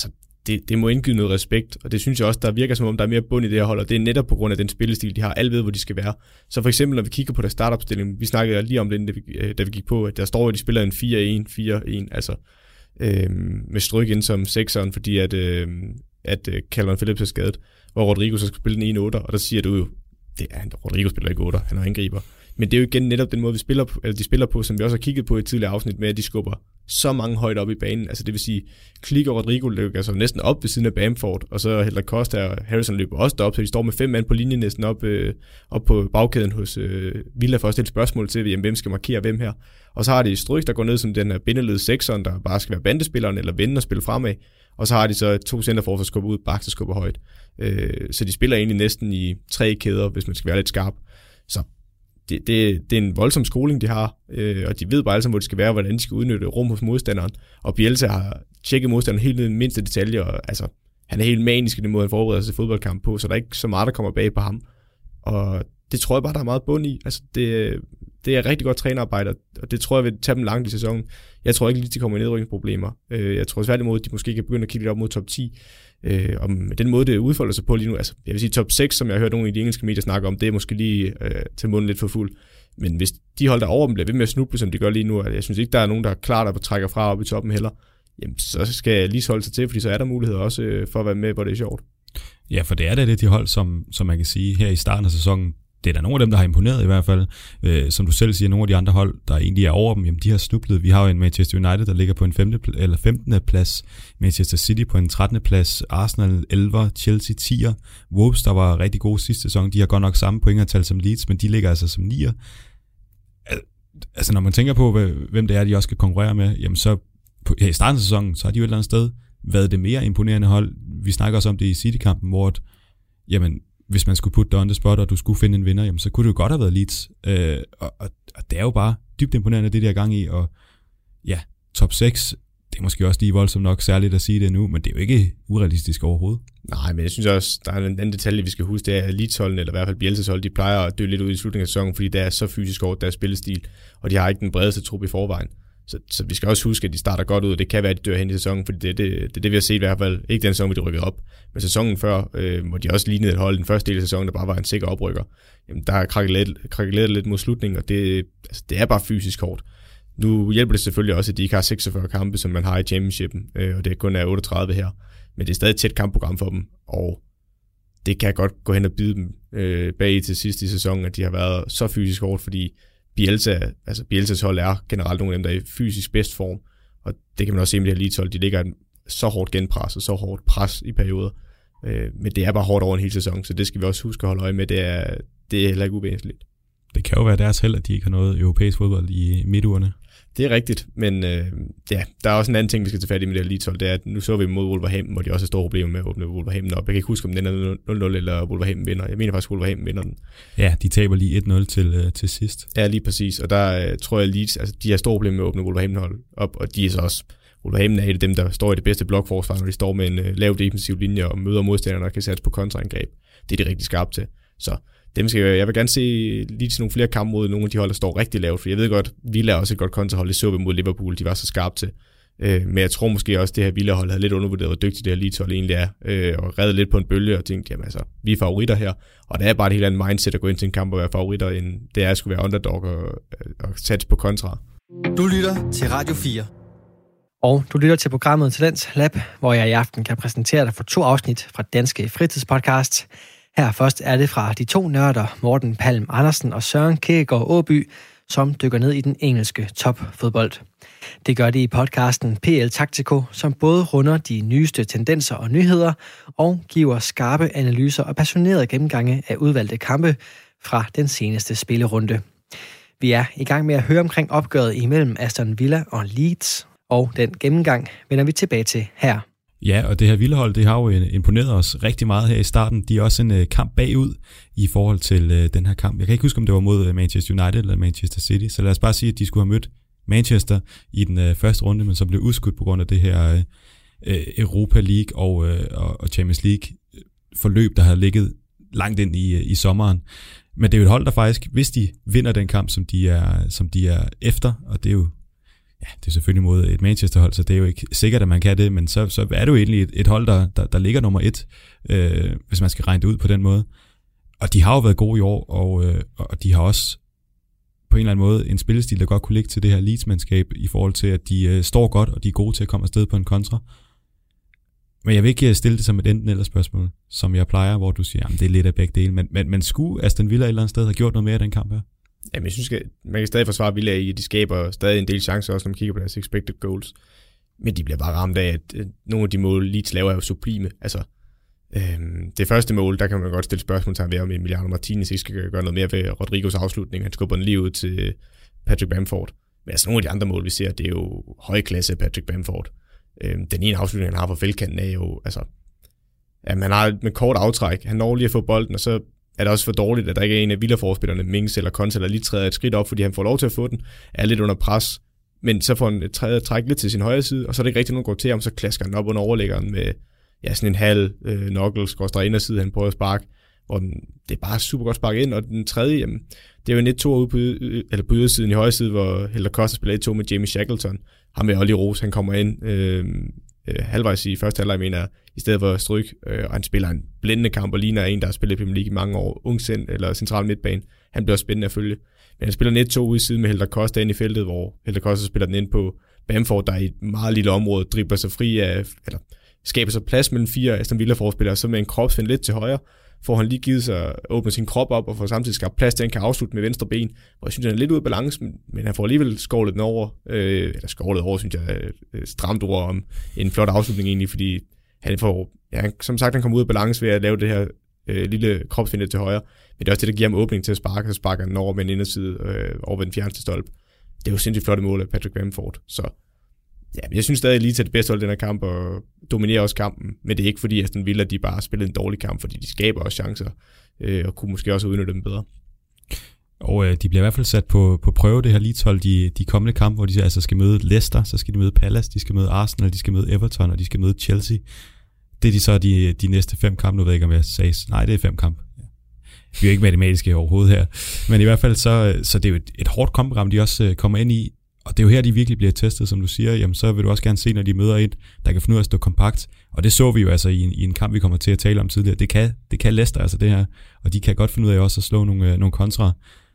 Speaker 2: det, det må indgyde noget respekt, og det synes jeg også, der virker som om, der er mere bund i det her hold, og det er netop på grund af den spillestil, de har. Alle ved, hvor de skal være. Så for eksempel, når vi kigger på deres startopstilling, vi snakkede lige om det, da vi, da vi gik på, at der står, at de spiller en fire en fire en, altså øh, med Stryk ind som sekseren, fordi at, øh, at øh, Calvin Phillips er skadet, hvor Rodrigo så skal spille den ene otter, og der siger du jo, det er, Rodrigo spiller ikke otter, han er angriber. Men det er jo igen netop den måde, vi spiller på, eller de spiller på, som vi også har kigget på i et tidligere afsnit med, at de skubber så mange højt op i banen. Altså det vil sige, Klik og Rodrigo løber altså næsten op ved siden af Bamford, og så Helder Costa og Harrison løber også derop, så de står med fem mand på linjen næsten op, øh, op på bagkæden hos øh, Villa for at stille spørgsmål til, jamen, hvem skal markere hvem her. Og så har de Stryk, der går ned som den her bindeled sekseren, der bare skal være bandespilleren eller vende og spille fremad. Og så har de så to centerfor, der skubber ud, Bak, der skubber højt. Øh, så de spiller egentlig næsten i tre kæder, hvis man skal være lidt skarp. Så Det, det, det er en voldsom skoling, de har, øh, og de ved bare alle sammen, hvor de skal være, hvordan de skal udnytte rum hos modstanderen. Og Bielsa har tjekket modstanderen helt ned i den mindste detalje, og altså, han er helt manisk i den måde, han forbereder sig til fodboldkamp på, så der er ikke så meget, der kommer bag på ham. Og det tror jeg bare, der er meget bund i. Altså, det, det er rigtig godt trænerarbejde, og det tror jeg vil tage dem langt i sæsonen. Jeg tror ikke lige, de kommer i nedrykningsproblemer. Jeg tror tværtimod, at de måske kan begynde at kigge lidt op mod top ti. Øh, og med den måde, det udfolder sig på lige nu, altså jeg vil sige top seks, som jeg har hørt nogle af de engelske medier snakke om, det er måske lige øh, til munden lidt for fuld. Men hvis de hold der over dem bliver ved med at snuble, som de gør lige nu, og jeg synes ikke, der er nogen, der er klar, der trækker fra op i toppen heller, jamen så skal jeg lige holde sig til, fordi så er der muligheder også øh, for at være med, hvor det er sjovt.
Speaker 4: Ja, for det er da det, de hold, som, som man kan sige her i starten af sæsonen, det er der nogle af dem, der har imponeret i hvert fald. Øh, som du selv siger, nogle af de andre hold, der egentlig er over dem, jamen de har snublet. Vi har jo en Manchester United, der ligger på en femte eller femtende plads, Manchester City på en trettende plads, Arsenal ellevte, Chelsea tier, Wolves, der var rigtig gode sidste sæson, de har godt nok samme pointantal som Leeds, men de ligger altså som nier. Altså når man tænker på, hvem det er, de også skal konkurrere med, jamen så på, her i starten af sæsonen, så har de jo et eller andet sted været det mere imponerende hold. Vi snakker også om det i City-kampen, hvor at, jamen hvis man skulle putte dig on the spot, og du skulle finde en vinder, jamen, så kunne det jo godt have været Leeds. Øh, og, og, og det er jo bare dybt imponerende, det der gang i. Og ja, top seks, det er måske også lige voldsomt nok særligt at sige det nu, men det er jo ikke urealistisk overhovedet.
Speaker 2: Nej, men jeg synes også, der er en anden detalje, vi skal huske, det er, at Leeds-holdene, eller i hvert fald Bielsas hold, de plejer at dø lidt ud i slutningen af sæsonen, fordi det er så fysisk over deres spillestil, og de har ikke den bredeste trup i forvejen. Så, så vi skal også huske, at de starter godt ud, og det kan være, at de dør hen i sæsonen, fordi det er det, det, det, vi har set i hvert fald. Ikke den sæson, hvor de rykkede op, men sæsonen før, øh, hvor de også lignede et hold, den første del af sæsonen, der bare var en sikker oprykker. Jamen, der er krakkeleret lidt mod slutningen, og det, altså, det er bare fysisk hårdt. Nu hjælper det selvfølgelig også, at de ikke har seksogfyrre kampe, som man har i championshipen, øh, og det kun er otteogtredive her. Men det er stadig et tæt kampprogram for dem, og det kan godt gå hen og bide dem øh, bag til sidst i sæsonen, at de har været så fysisk hårdt, fordi Bielsa, altså Bielsas hold er generelt nogle af dem, der er i fysisk bedst form, og det kan man også se med det her Leeds hold, de ligger så hårdt genpres og så hårdt pres i perioder, øh, men det er bare hårdt over en hel sæson, så det skal vi også huske at holde øje med, det er, det er heller ikke uvæsentligt.
Speaker 4: Det kan jo være deres held, at de ikke har noget europæisk fodbold i midtugerne.
Speaker 2: Det er rigtigt, men øh, ja, der er også en anden ting, vi skal tage fat i med det her Leeds-hold, det er, at nu så vi mod Wolverhampton, hvor de også har store problemer med at åbne Wolverhampton op. Jeg kan ikke huske, om den er nul nul eller Wolverhampton vinder. Jeg mener faktisk, at Wolverhampton vinder den.
Speaker 4: Ja, de taber lige et nul til, øh, til sidst.
Speaker 2: Ja, lige præcis, og der øh, tror jeg, Leeds, altså de har store problemer med at åbne Wolverhampton op, og de er så også, Wolverhampton er et af dem, der står i det bedste blokforsvar, når de står med en øh, lav defensiv linje og møder modstanderne og kan sætte på kontraangreb. Det er de rigtig skarpt til, så dem skal jeg, jeg vil gerne se lige til nogle flere kampe mod nogle af de hold, der står rigtig lavt, for jeg ved godt, Villa er også et godt kontrahold, det så vi mod Liverpool, de var så skarpe til. Øh, men jeg tror måske også, det her Villa-hold havde lidt undervurderet, hvor dygtigt det her Leeds-hold egentlig er, øh, og reddet lidt på en bølge og tænkte, jamen altså, vi er favoritter her, og der er bare et helt andet mindset at gå ind til en kamp og være favoritter, end det er at skulle være underdog og, og satse på kontra.
Speaker 1: Du lytter til Radio fire. Og du lytter til programmet Talents Lab, hvor jeg i aften kan præsentere dig for to afsnit fra Danske Fritidspodcast. Her først er det fra de to nørder, Morten Palm Andersen og Søren Kierkegaard Åby, som dykker ned i den engelske topfodbold. Det gør de i podcasten P L Taktiko, som både runder de nyeste tendenser og nyheder, og giver skarpe analyser og passionerede gennemgange af udvalgte kampe fra den seneste spillerunde. Vi er i gang med at høre omkring opgøret imellem Aston Villa og Leeds, og den gennemgang vender vi tilbage til her.
Speaker 4: Ja, og det her Villa-hold, det har jo imponeret os rigtig meget her i starten. De er også en uh, kamp bagud i forhold til uh, den her kamp. Jeg kan ikke huske, om det var mod Manchester United eller Manchester City, så lad os bare sige, at de skulle have mødt Manchester i den uh, første runde, men så blev udskudt på grund af det her uh, Europa League og, uh, og Champions League forløb, der havde ligget langt ind i, uh, i sommeren. Men det er jo et hold, der faktisk, hvis de vinder den kamp, som de er, som de er efter, og det er jo ja, det er selvfølgelig mod et Manchester-hold, så det er jo ikke sikkert, at man kan det, men så, så er det jo egentlig et, et hold, der, der, der ligger nummer et, øh, hvis man skal regne det ud på den måde. Og de har jo været gode i år, og, øh, og de har også på en eller anden måde en spillestil, der godt kunne ligge til det her Leeds-mandskab, i forhold til, at de øh, står godt, og de er gode til at komme afsted på en kontra. Men jeg vil ikke stille det som et enten eller spørgsmål, som jeg plejer, hvor du siger, at det er lidt af begge dele. Men, men, men skulle Aston Villa et eller andet sted have gjort noget mere i den kamp her?
Speaker 2: Jamen, jeg synes, at man kan stadig forsvare Villa i, at de skaber stadig en del chancer, også når man kigger på deres expected goals. Men de bliver bare ramt af, at nogle af de mål, Leeds laver, er jo sublime. Altså, øhm, det første mål, der kan man godt stille spørgsmål til, om Emiliano Martinez ikke skal gøre noget mere ved Rodrigos afslutning. Han skubber den lige ud til Patrick Bamford. Men altså, nogle af de andre mål, vi ser, det er jo højklasse Patrick Bamford. Øhm, den ene afslutning, han har på feltkanten, er jo, altså, ja, man har med kort aftræk. Han når lige at få bolden, og så er det også for dårligt, at der ikke er en af Villa-forspillerne, Mings eller Konsa, der lige træder et skridt op, fordi han får lov til at få den, er lidt under pres, men så får han et træet træk lidt til sin højre side, og så er det ikke rigtig nogen, der går til ham, så klasker han op under overlæggeren med ja, sådan en halv øh, knuckles, går inderside, han prøver at sparke, hvor den, det er bare super godt sparket ind, og den tredje, jamen, det er jo en et to ude på, eller på ydersiden i højre side, hvor Helder Costa spiller et to med Jamie Shackleton, ham med Ollie Rose, han kommer ind øh, øh, halvvejs i første halvleg, mener jeg, i stedet for Stryk, øh, og han spiller en blændende kamp, og ligner en, der har spillet i Premier League i mange år, ung sind, eller central midtbane. Han bliver spændende at følge. Men han spiller net to ude i siden med Helder Costa ind i feltet, hvor Helder Costa spiller den ind på Bamford, der i et meget lille område dribler sig fri af, eller skaber sig plads mellem fire Aston Villa-forspillere, og så med en kropsfind lidt til højre, får han lige givet sig åbne sin krop op, og får samtidig skabt plads til, at han kan afslutte med venstre ben, hvor jeg synes, han er lidt ude af balance, men han får alligevel skovlet den over, øh, eller skovlet over, synes jeg, er stramt ord om en flot afslutning egentlig, fordi han får, ja, som sagt, han kommer ud af balance ved at lave det her øh, lille kropsfinde til højre, men det er også det, der giver ham åbning til at sparke, så sparker han over med en inderside øh, over ved den fjerneste stolpe. Det er jo sindssygt flotte mål af Patrick Bamford, så ja, jeg synes stadig lige til det bedste hold i den her kamp, og dominerer også kampen, men det er ikke fordi Aston Villa, de bare spillede en dårlig kamp, fordi de skaber også chancer, øh, og kunne måske også udnytte dem bedre.
Speaker 4: Og øh, de bliver i hvert fald sat på, på prøve, det her Leeds-hold, de, de kommende kampe, hvor de altså skal møde Leicester, så skal de møde Palace, de skal møde Arsenal, de skal møde Everton, og de skal møde Chelsea. Det er de så de, de næste fem kampe, nu ved jeg ikke, om jeg sagde, nej, det er fem kampe. Vi er jo ikke matematiske overhovedet her, men i hvert fald så, så det er jo et, et hårdt kampprogram, de også øh, kommer ind i, og det er jo her, de virkelig bliver testet, som du siger, jamen så vil du også gerne se, når de møder et, der kan finde ud af at stå kompakt, og det så vi jo altså i en, i en kamp, vi kommer til at tale om tidligere. Det kan, det kan Leicester altså det her, og de kan godt finde ud af også at slå nogle, øh, nogle kontra.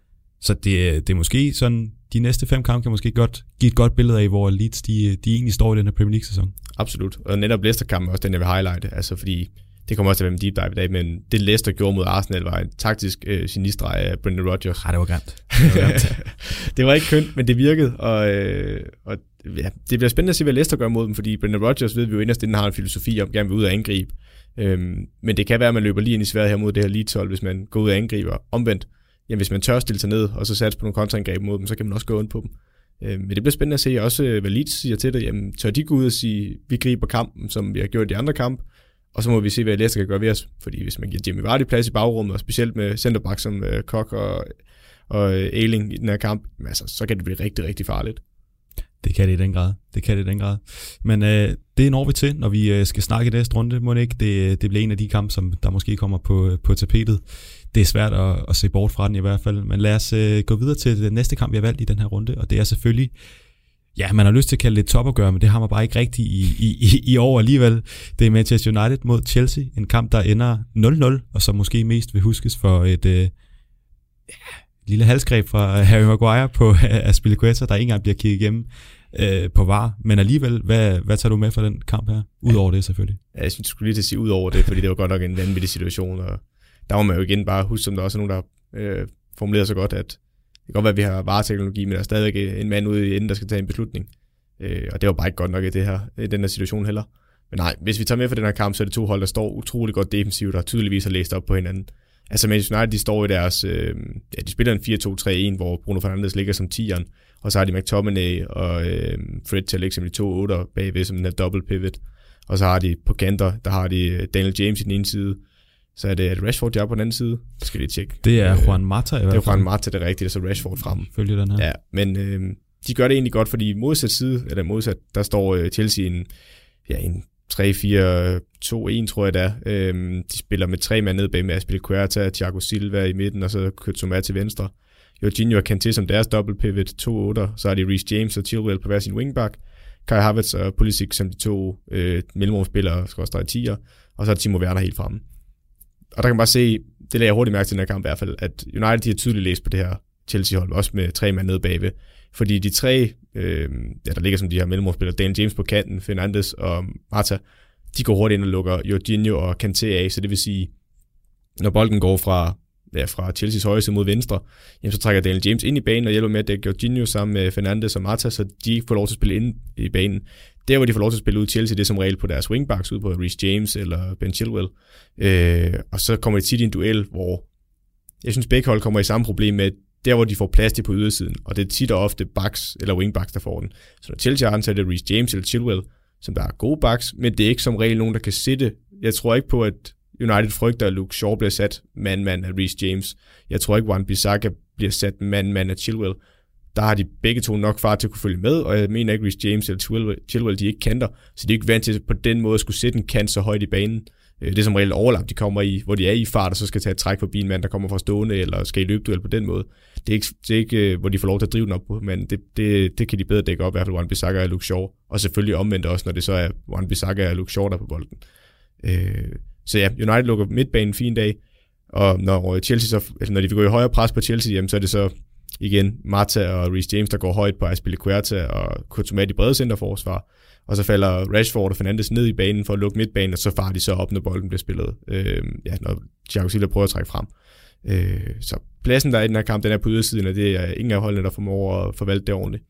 Speaker 4: Så det, det er måske sådan, de næste fem kampe kan måske godt give et godt billede af, hvor Leeds, de, de egentlig står i den her Premier League-sæson. Absolut, og netop Leicester-kampen er også den, jeg vil highlighte, altså fordi det kommer også til at være en deep dive i dag, men det Leicester gjorde mod Arsenal var en taktisk øh, genistreg af Brendan Rodgers. Ja, det var grimt. Det var,
Speaker 2: det var ikke kønt, men det virkede, og, øh, og ja, det bliver spændende at se, hvad Leicester gør mod dem, fordi Brendan Rodgers ved vi jo inderst inden har en filosofi om, gerne vil ud og angribe, øhm, men det kan være, at man løber lige ind i sværet her mod det her Leeds-hold, hvis man går ud og angriber. Omvendt, jamen, hvis man tør stille sig ned, og så satse på nogle kontraangreb mod dem, så kan man også gå ondt på dem. Øhm, men det bliver spændende at se også, hvad Leeds siger til det. Jamen, tør de gå ud og sige, vi griber kampen, som vi har gjort i de andre kampe, og så må vi se, hvad Leicester kan gøre ved os. Fordi hvis man giver Jamie Vardy plads i bagrummet, og specielt med centerback som uh, Koch og, og uh, Ayling i den her kamp, altså, så kan det blive rigtig, rigtig farligt.
Speaker 4: Det kan det i den grad. Det kan det i den grad. Men øh, det når vi til, når vi øh, skal snakke i næste runde, må det ikke. Det, det bliver en af de kampe, som der måske kommer på, på tapetet. Det er svært at, at se bort fra den i hvert fald. Men lad os øh, gå videre til den næste kamp, vi har valgt i den her runde. Og det er selvfølgelig, ja, man har lyst til at kalde det et topopgør, men det har man bare ikke rigtigt i, i, i, i år alligevel. Det er Manchester United mod Chelsea. En kamp, der ender nul nul, og som måske mest vil huskes for et øh, ja, lille halsgreb fra Harry Maguire på Azpilicueta, der ikke engang bliver kigget igennem øh, på V A R. Men alligevel, hvad, hvad tager du med fra den kamp her? Udover det selvfølgelig.
Speaker 2: Ja, jeg synes, jeg skulle lige til at sige ud over det, fordi det var godt nok en vanvittig situation, og der var man jo igen bare huske, som der også er nogen, der øh, formulerer så godt, at det kan godt være, at vi har vareteknologi, men der er stadigvæk en mand ude i enden, der skal tage en beslutning. Øh, og det var bare ikke godt nok i, det her, i den her situation heller. Men nej, hvis vi tager med for den her kamp, så er det to hold, der står utrolig godt defensivt, og tydeligvis har læst op på hinanden. Altså Manchester United, de står i deres, øh, ja, de spiller en fire to tre en, hvor Bruno Fernandes ligger som tieren, og så har de McTominay og øh, Fred til at ligge som de to otter bagved, som den her double pivot. Og så har de på kanter, der har de Daniel James i den ene side, så er det Rashford, der er på den anden side. Det skal lige tjekke.
Speaker 4: Det er Juan Mata i hvert fald.
Speaker 2: Det er Juan Mata, det er rigtigt, og så Rashford frem.
Speaker 4: Følger den her.
Speaker 2: Ja, men øh, de gør det egentlig godt, fordi modsat side, eller modsat, der står øh, Chelsea en, ja, en tre fire to en, tror jeg det er. Øhm, de spiller med tre mand nede bag med Azpilicueta, Thiago Silva i midten, og så Kurtzuma til venstre. Jorginho og Kanté som deres double pivot, to otter, så har de Reece James og Chilwell på hver sin wingback, Kai Havertz og Pulisic som de to øh, mellemrumspillere, skråstreg tier, og så er Timo Werner helt fremme. Og der kan man bare se, det lader jeg hurtigt mærke til den her kamp i hvert fald, at United de har tydeligt læst på det her Chelsea-hold, også med tre mand nede bagved. Fordi de tre, øh, ja, der ligger som de her mellemrumspillere, Daniel James på kanten, Fernandes og Mata, de går hurtigt ind og lukker Jorginho og Kanté af, så det vil sige, når bolden går fra, ja, fra Chelseas højre side mod venstre, jamen, så trækker Daniel James ind i banen og hjælper med at dække Jorginho sammen med Fernandes og Mata, så de ikke får lov til at spille ind i banen. Der, hvor de får lov til at spille ud i Chelsea, det er som regel på deres wingbacks, ud på Reece James eller Ben Chilwell. Øh, og så kommer det tit i en duel, hvor jeg synes, begge hold kommer i samme problem med, der hvor de får plads til på ydersiden, og det er tit og ofte backs eller wingbacks, der får den. Så når Chelsea har den, så er det Reece James eller Chilwell, som der er gode backs, men det er ikke som regel nogen, der kan sætte. Jeg tror ikke på, at United frygter, at Luke Shaw bliver sat mand-mand af Reece James. Jeg tror ikke, Wan-Bissaka bliver sat mand-mand af Chilwell. Der har de begge to nok far til at kunne følge med, og jeg mener ikke, Reece James eller Chilwell, Chilwell de ikke kanter, så de er ikke vant til på den måde at skulle sætte en kant så højt i banen. Det er som regel overlap, de kommer i, hvor de er i fart, og så skal tage et træk forbi en mand, der kommer fra stående, eller skal i løbduel på den måde. Det er ikke, det er ikke hvor de får lov til at drive den op på, men det, det, det kan de bedre dække op, i hvert fald Wan-Bissaka og Luke Shaw, og selvfølgelig omvendt også, når det så er Wan-Bissaka og Luke Shaw, der på bolden. Øh, så ja, United lukker midtbanen fin dag, og når Chelsea så, altså når de vil gå i højere pres på Chelsea, jamen, så er det så igen Mata og Reece James, der går højt på Azpilicueta og Courtois i brede centerforsvar, og så falder Rashford og Fernandes ned i banen for at lukke midtbanen, og så farer de så op, når bolden bliver spillet, øh, ja, når Thiago Silva prøver at trække frem. Øh, så pladsen, der er i den her kamp, den er på ydersiden, og det er ingen af holdene, der formår at forvalte det ordentligt.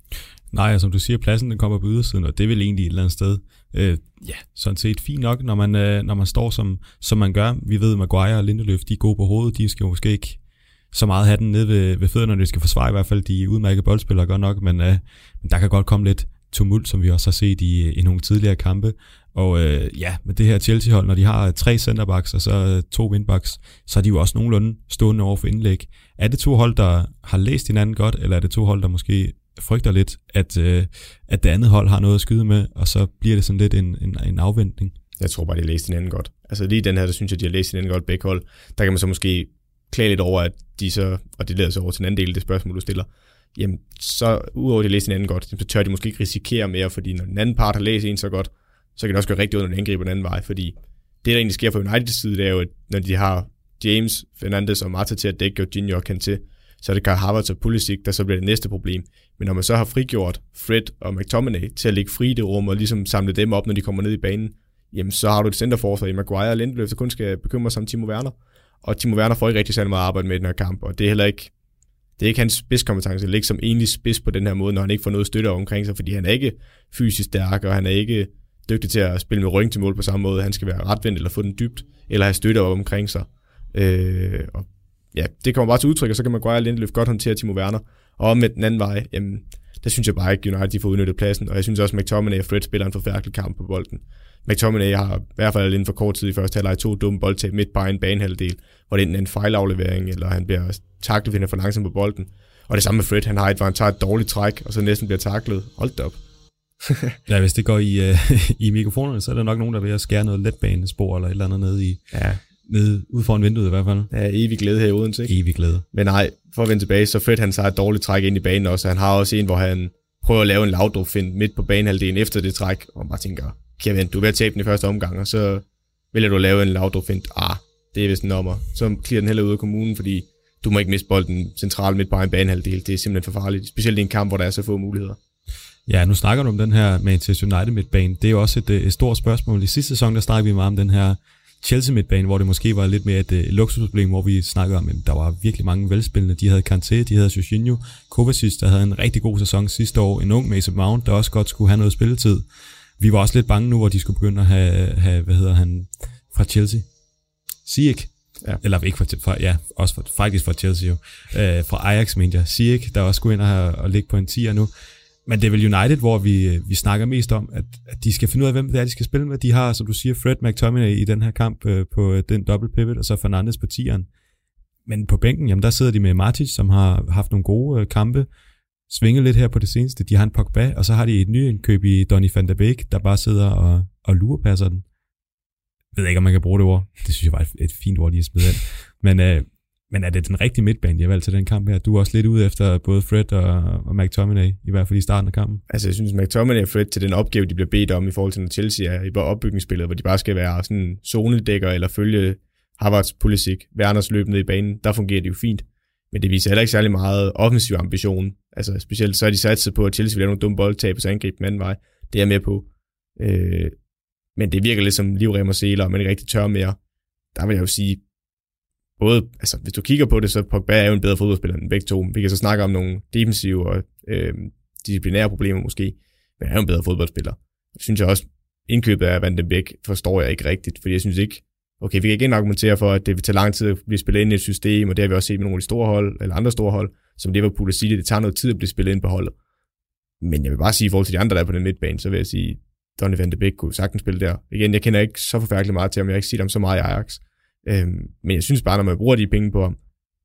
Speaker 4: Nej, som du siger, pladsen den kommer på ydersiden, og det er vel egentlig et eller andet sted. Øh, ja, sådan set fint nok, når man, øh, når man står, som, som man gør. Vi ved, Maguire og Lindeløf, de er gode på hovedet, de skal måske ikke så meget have den nede ved, ved fødderne, når de skal forsvare i hvert fald de udmærkede boldspillere godt nok, men, øh, men der kan godt komme lidt tumult, som vi også har set i, i nogle tidligere kampe. Og øh, ja, med det her Chelsea-hold, når de har tre centerbacks og så to windbacks, så er de jo også nogenlunde stående over for indlæg. Er det to hold, der har læst hinanden godt, eller er det to hold, der måske frygter lidt, at, øh, at det andet hold har noget at skyde med, og så bliver det sådan lidt en, en, en afventning?
Speaker 2: Jeg tror bare, de har læst hinanden godt. Altså lige den her, der synes jeg, de har læst hinanden godt begge hold. Der kan man så måske klage lidt over, at de så, og det leder så over til en anden del af det spørgsmål, du stiller, jamen så udover at de har læst hinanden godt, så tør de måske ikke risikere mere, fordi når den anden part har læst en så godt, så kan det også gøre rigtig ud, når de angriber den anden vej, fordi det, der egentlig sker fra Uniteds side, det er jo, at når de har James, Fernandes og Mata til at dække Jorginho og Kanté, så er det Kai Havertz og Pulisic, der så bliver det næste problem. Men når man så har frigjort Fred og McTominay til at ligge fri i det rum og ligesom samle dem op, når de kommer ned i banen, jamen så har du et centerforsvar i Maguire og Lindeløf, der kun skal bekymre sig om Timo Werner. Og Timo Werner får ikke rigtig særlig meget arbejde med den her kamp, og det er heller ikke, det er ikke hans spidskompetence, det er ikke som egentlig spids på den her måde, når han ikke får noget støtte omkring sig, fordi han er ikke fysisk stærk, og han er ikke dygtig til at spille med ryggen til mål på samme måde. Han skal være retvendt eller få den dybt, eller have støtte op omkring sig. Øh, og ja, det kommer bare til udtryk, og så kan Maguire og Lindeløf godt håndtere Timo Werner. Og med den anden vej, jamen, der synes jeg bare ikke, United de får udnyttet pladsen, og jeg synes også, at McTominay og Fred spiller en forfærdelig kamp på bolden. McTominay har i hvert fald inden for kort tid i første halvleg to dumme boldtab midt på en banehalvdel, hvor det enten er en fejlaflevering, eller han bliver taklet, finder for langsomt på bolden. Og det samme med Fred, han har et, hvor han tager et dårligt træk, og så næsten bliver taklet. Hold da op.
Speaker 4: Ja, hvis det går i, uh, i mikrofonerne, så er der nok nogen, der vil skære noget letbanespor, eller et eller andet nede i...
Speaker 2: Ja.
Speaker 4: Nede ude foran vinduet i hvert fald.
Speaker 2: Ja, evig glæde her i Odense, ikke?
Speaker 4: Evig glæde.
Speaker 2: Men nej, for at vende tilbage, så Fred han tager et dårligt træk ind i banen også, han har også en, hvor han prøver at lave en lavdrop-find midt på banehalvdelen efter det træk, og man bare tænker, Kevin, du er ved at tabe den i første omgang, og så vælger du at lave en lavdrop-find. Ah, det er vist en nummer. Så clear den heller ud af kommunen, fordi du må ikke miste bolden centralt midt på en banehalvdel. Det er simpelthen for farligt, specielt i en kamp, hvor der er så få muligheder.
Speaker 4: Ja, nu snakker du om den her Manchester United midtbane. Det er jo også et, et stort spørgsmål. I sidste sæson, der snakkede vi meget om den her Chelsea midtbane, hvor det måske var lidt mere et, et luksusproblem, hvor vi snakkede om, at der var virkelig mange velspillende. De havde Kanté, de havde Jorginho, Kovacic, der havde en rigtig god sæson sidste år. En ung Mason Mount, der også godt skulle have noget spilletid. Vi var også lidt bange nu, hvor de skulle begynde at have, have hvad hedder han, fra Chelsea? Ziyech. Ja. Eller ikke fra, fra, ja, også fra, faktisk fra Chelsea jo. Øh, fra Ajax, mente jeg. Ziyech, der også skulle ind og, have, og ligge på en tier nu. Men det er vel United, hvor vi, vi snakker mest om, at, at de skal finde ud af, hvem det er, de skal spille med. De har, som du siger, Fred McTominay i den her kamp øh, på den double pivot, og så Fernandes på tieren. Men på bænken, jamen der sidder de med Matic, som har haft nogle gode øh, kampe, svinget lidt her på det seneste. De har en Pogba, og så har de et ny indkøb i Donny van de Beek, der bare sidder og, og lurepasser den. Jeg ved ikke, om man kan bruge det ord. Det synes jeg var et, et fint ord lige at smide ind. Men, øh, Men er det den rigtige midtbane, de har valgt til den kamp her? Du er også lidt ude efter både Fred og, og McTominay, i hvert fald i starten af kampen.
Speaker 2: Altså jeg synes, McTominay og Fred til den opgave, de bliver bedt om i forhold til, når Chelsea er i opbygningsspillet, hvor de bare skal være sådan zonedækker eller følge Havertz politik, Werners løb ned i banen, der fungerer det jo fint. Men det viser heller ikke særlig meget offensiv ambition. Altså specielt så er de satset på, at Chelsea vil lave nogle dumme boldtab, og så angribe den anden vej. Det er jeg med på. Øh, men det virker lidt som livrem og seler, og man ikke rigtig tør mere. Der vil jeg jo sige, både, altså hvis du kigger på det, så Pogba er jo en bedre fodboldspiller end begge to. Vi kan så snakke om nogle defensive og øh, disciplinære problemer måske, men han er jo en bedre fodboldspiller. Jeg synes jeg også, indkøbet af Van de Beek forstår jeg ikke rigtigt, fordi jeg synes ikke, okay, vi kan igen argumentere for, at det vil tage lang tid at blive spillet ind i et system, og det har vi også set med nogle af de store hold, eller andre store hold, som Liverpool og City, det tager noget tid at blive spillet ind på holdet. Men jeg vil bare sige, i forhold til de andre, der er på den midtbane, så vil jeg sige, Donny van de Beek kunne sagtens spille der. Igen, jeg kender ikke så forfærdeligt meget til ham, jeg har ikke set ham så meget i Ajax. Øhm, men jeg synes bare, når man bruger de penge på ham,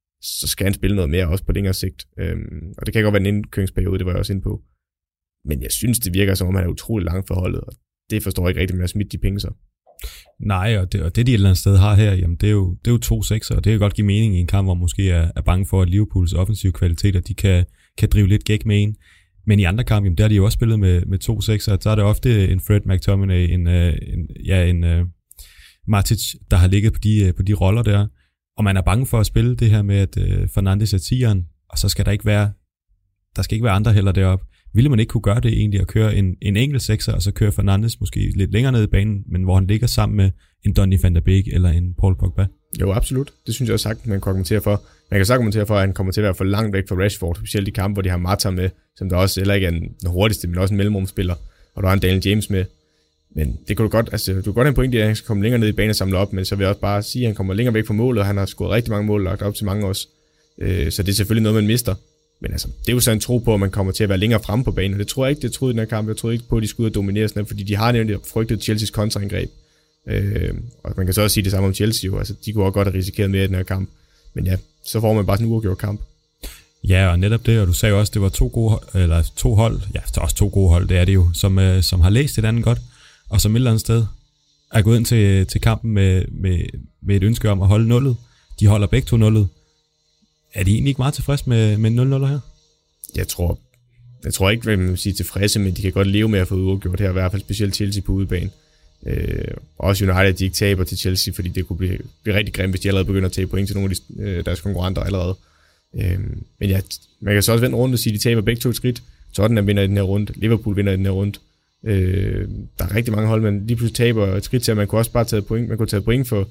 Speaker 2: så skal han spille noget mere, også på længere sigt. Øhm, og det kan godt være en indkøringsperiode, det var jeg også inde på. Men jeg synes, det virker som om, han er utrolig langt for holdet, og det forstår jeg ikke rigtigt, med at smitte de penge så.
Speaker 4: Nej, og det, og det de et eller andet sted har her, jamen det er jo, det er jo to sekser, og det kan godt give mening i en kamp, hvor måske er, er bange for, at Liverpools offensive kvaliteter, de kan, kan drive lidt gæk med en. Men i andre kampe, jamen der har de jo også spillet med, med to sekser, så er det ofte en Fred McTominay, en, en, ja, en uh, Matic, der har ligget på de, på de roller der, og man er bange for at spille det her med, at uh, Fernandes er tieren, og så skal der ikke være, der skal ikke være andre heller deroppe. Ville man ikke kunne gøre det egentlig, at køre en, en enkelt sekser, og så køre Fernandes måske lidt længere ned i banen, men hvor han ligger sammen med en Donny van der Beek eller en Paul Pogba?
Speaker 2: Jo, absolut. Det synes jeg også sagt, man kan argumentere for. Man kan så argumentere for, at han kommer til at være for langt væk fra Rashford, specielt i kampe, hvor de har Mata med, som der også heller ikke er den hurtigste, men også en mellemrumspiller, og der har en Daniel James med. Men det kunne du godt, altså du kan godt have en pointe i, at han skal komme længere ned i banen og samle op, men så vil jeg også bare sige, at han kommer længere væk fra målet, og han har scoret rigtig mange mål, lagt op til mange også. Øh, så det er selvfølgelig noget, man mister. Men altså, det er jo så en tro på, at man kommer til at være længere fremme på banen, og det tror jeg ikke, det troede i den her kamp. Jeg troede ikke på, at de skulle ud og dominere sådan, fordi de har nemlig frygtet Chelsea's kontraangreb. Øh, og man kan så også sige det samme om Chelsea jo, altså de kunne også godt have risikeret mere i den her kamp. Men ja, så får man bare sådan en uafgjort kamp.
Speaker 4: Ja, og netop det, og du sagde også, det var to gode, eller to hold, ja, det er også to gode hold, det er det jo, som, øh, som har læst et andet godt, og som et eller andet sted er gået ind til, til kampen med, med, med et ønske om at holde nullet. De holder begge to nullet. Er de egentlig ikke meget tilfredse med, med nul nul her?
Speaker 2: Jeg tror, jeg tror ikke, hvad man vil sige tilfredse, men de kan godt leve med at få uafgjort her, i hvert fald specielt Chelsea på udebane. Øh, også United, de ikke taber til Chelsea, fordi det kunne blive, blive rigtig grimt, hvis de allerede begynder at tage point til nogle af de, øh, deres konkurrenter allerede. Øh, men ja, man kan så også vende rundt og sige, at de taber begge to et skridt. Tottenham vinder i den her runde, Liverpool vinder i den her runde. Øh, der er rigtig mange hold, man lige pludselig taber et skridt til, at man kunne også bare tage point. Man kunne tage point for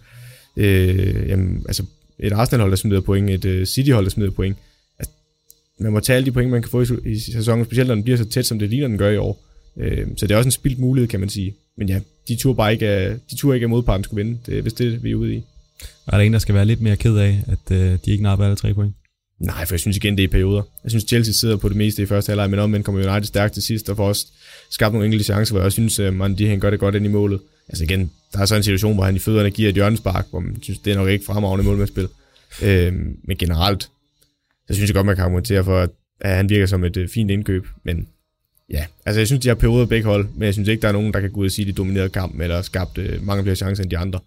Speaker 2: øh, jamen, altså et Arsenal-hold, der smider point, et uh, City-hold, der smider point. Altså, man må tage alle de point, man kan få i, i sæsonen, specielt når den bliver så tæt, som det ligner, den gør i år. Øh, så det er også en spildt mulighed, kan man sige. Men ja, de turde bare ikke, de turde ikke, at modparten skulle vinde. Det er vist det, vi er ude i.
Speaker 4: Er der en, der skal være lidt mere ked af, at uh, de ikke napper alle tre point?
Speaker 2: Nej, for jeg synes igen, det er i perioder. Jeg synes, Chelsea sidder på det meste i første halvleg, men omvendt kommer United stærkt til sidst, og får også skabt nogle enkelte chancer, hvor jeg synes, at man, de gør det godt ind i målet. Altså igen, der er så en situation, hvor han i fødderne giver et hjørnespark, hvor man synes, det er nok ikke fremragende målmandsspil. Øhm, men generelt, så synes jeg godt, man kan argumentere for, at, at han virker som et uh, fint indkøb. Men ja, altså jeg synes, de har perioder begge hold, men jeg synes ikke, der er nogen, der kan gå ud og sige, at de dominerede kampen, eller skabt uh, mange flere chancer end de andre.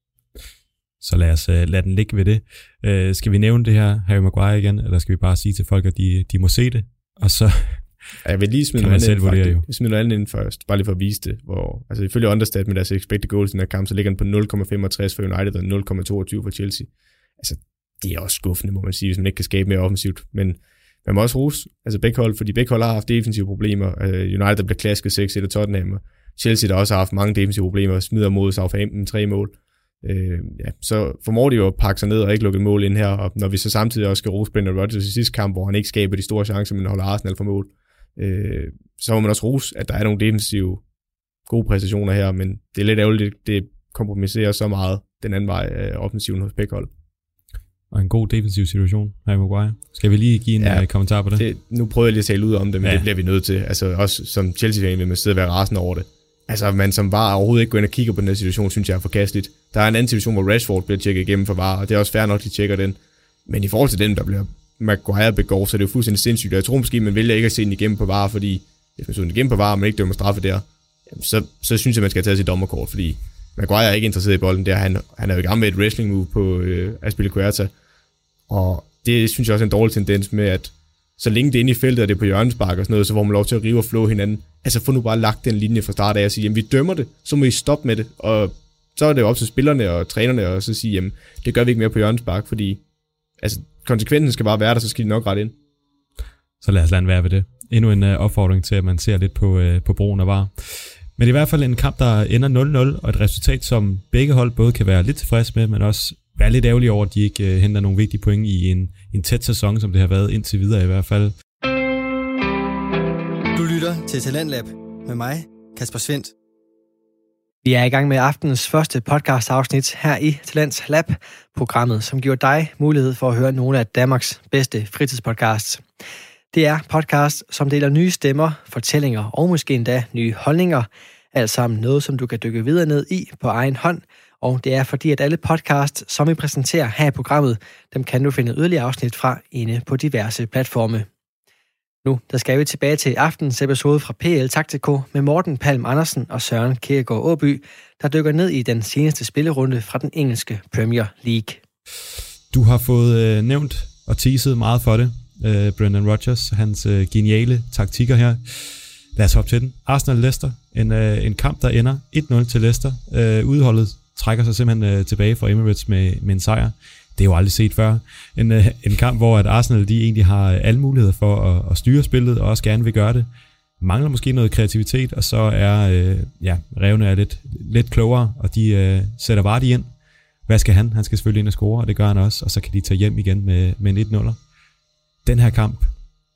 Speaker 4: Så lad os uh, lade den ligge ved det. Uh, skal vi nævne det her Harry Maguire igen, eller skal vi bare sige til folk, at de, de må se det? Og så
Speaker 2: ja, jeg vil lige smide noget andet ind, jeg smide noget andet ind først, bare lige for at vise det. Hvor, altså ifølge Understat med deres expected goals i den her kamp, så ligger den på nul komma femogtres for United og nul komma toogtyve for Chelsea. Altså det er også skuffende, må man sige, hvis man ikke kan skabe mere offensivt. Men man må også rose, altså begge hold, fordi begge hold har haft defensive problemer. Uh, United, der bliver klasket seks et af Tottenham, og Chelsea, der også har haft mange defensive problemer, smider mod Southampton tre mål. Uh, ja, så formår de jo at pakke sig ned og ikke lukke mål ind her, og når vi så samtidig også skal rose Brendan Rodgers i sidste kamp, hvor han ikke skaber de store chancer, men holder Arsenal for mål, uh, så må man også rose, at der er nogle defensive gode præstationer her, men det er lidt ærgerligt, det kompromisserer så meget den anden vej uh, offensiven hos begge hold.
Speaker 4: Og en god defensiv situation, Harry Maguire. Skal vi lige give en ja, uh, kommentar på det?
Speaker 2: det? Nu prøver jeg lige at tale ud om det, men ja. Det bliver vi nødt til. Altså også som Chelsea-fan vil man sidde og være rasende over det. Altså man som var overhovedet ikke går ind og kigger på den her situation, synes jeg er forkasteligt. Der er en anden situation, hvor Rashford bliver tjekket igennem for V A R, og det er også fair nok, de tjekker den. Men i forhold til den, der bliver Maguire begår, så er det jo fuldstændig sindssygt. Jeg tror måske, man vælger ikke at se den igennem på V A R, fordi hvis man så den igennem på V A R, og man ikke dømmer straffe der, så, så synes jeg, man skal tage sit dommerkort, fordi Maguire er ikke interesseret i bolden der. Han, han er jo i gang med et wrestling move på øh, Aspilicueta. Og det synes jeg også er en dårlig tendens med, at så længe det er inde i feltet, og det er på hjørnespark og sådan noget, så får man lov til at rive og flå hinanden. Altså få nu bare lagt den linje fra start af og sige, jamen vi dømmer det, så må I stoppe med det. Og så er det jo op til spillerne og trænerne og så sige, jamen det gør vi ikke mere på hjørnespark, fordi altså, konsekvensen skal bare være der, så skal de nok rette ind.
Speaker 4: Så lad os lade være ved det. Endnu en uh, opfordring til, at man ser lidt på, uh, på brugen af V A R. Men i hvert fald en kamp, der ender nul nul, og et resultat, som begge hold både kan være lidt tilfreds med, men også være lidt ærgerlige over, at de ikke uh, henter nogle vigtige point i en, en tæt sæson, som det har været indtil videre i hvert fald.
Speaker 1: Du lytter til Talentlab med mig, Kasper Svendt. Vi er i gang med aftenens første podcast-afsnit her i Talents Lab, programmet, som giver dig mulighed for at høre nogle af Danmarks bedste fritidspodcasts. Det er podcast, som deler nye stemmer, fortællinger og måske endda nye holdninger. Alt sammen noget, som du kan dykke videre ned i på egen hånd. Og det er fordi, at alle podcasts, som vi præsenterer her i programmet, dem kan du finde yderligere afsnit fra inde på diverse platforme. Nu der skal vi tilbage til aftens episode fra P L Taktiko med Morten Palm Andersen og Søren Kierkegaard Åby, der dykker ned i den seneste spillerunde fra den engelske Premier League.
Speaker 4: Du har fået øh, nævnt og teaset meget for det, øh, Brendan Rodgers, hans øh, geniale taktikker her. Lad os hoppe til den. Arsenal-Leicester, en, øh, en kamp, der ender et nul til Leicester. Øh, udholdet trækker sig simpelthen øh, tilbage fra Emirates med, med en sejr. Det er jo aldrig set før. En, øh, en kamp, hvor at Arsenal de egentlig har alle muligheder for at, at styre spillet, og også gerne vil gøre det. Mangler måske noget kreativitet, og så er øh, ja, Revne er lidt, lidt klogere, og de øh, sætter Vardy ind. Hvad skal han? Han skal selvfølgelig ind og score, og det gør han også, og så kan de tage hjem igen med, med en et nul. Den her kamp,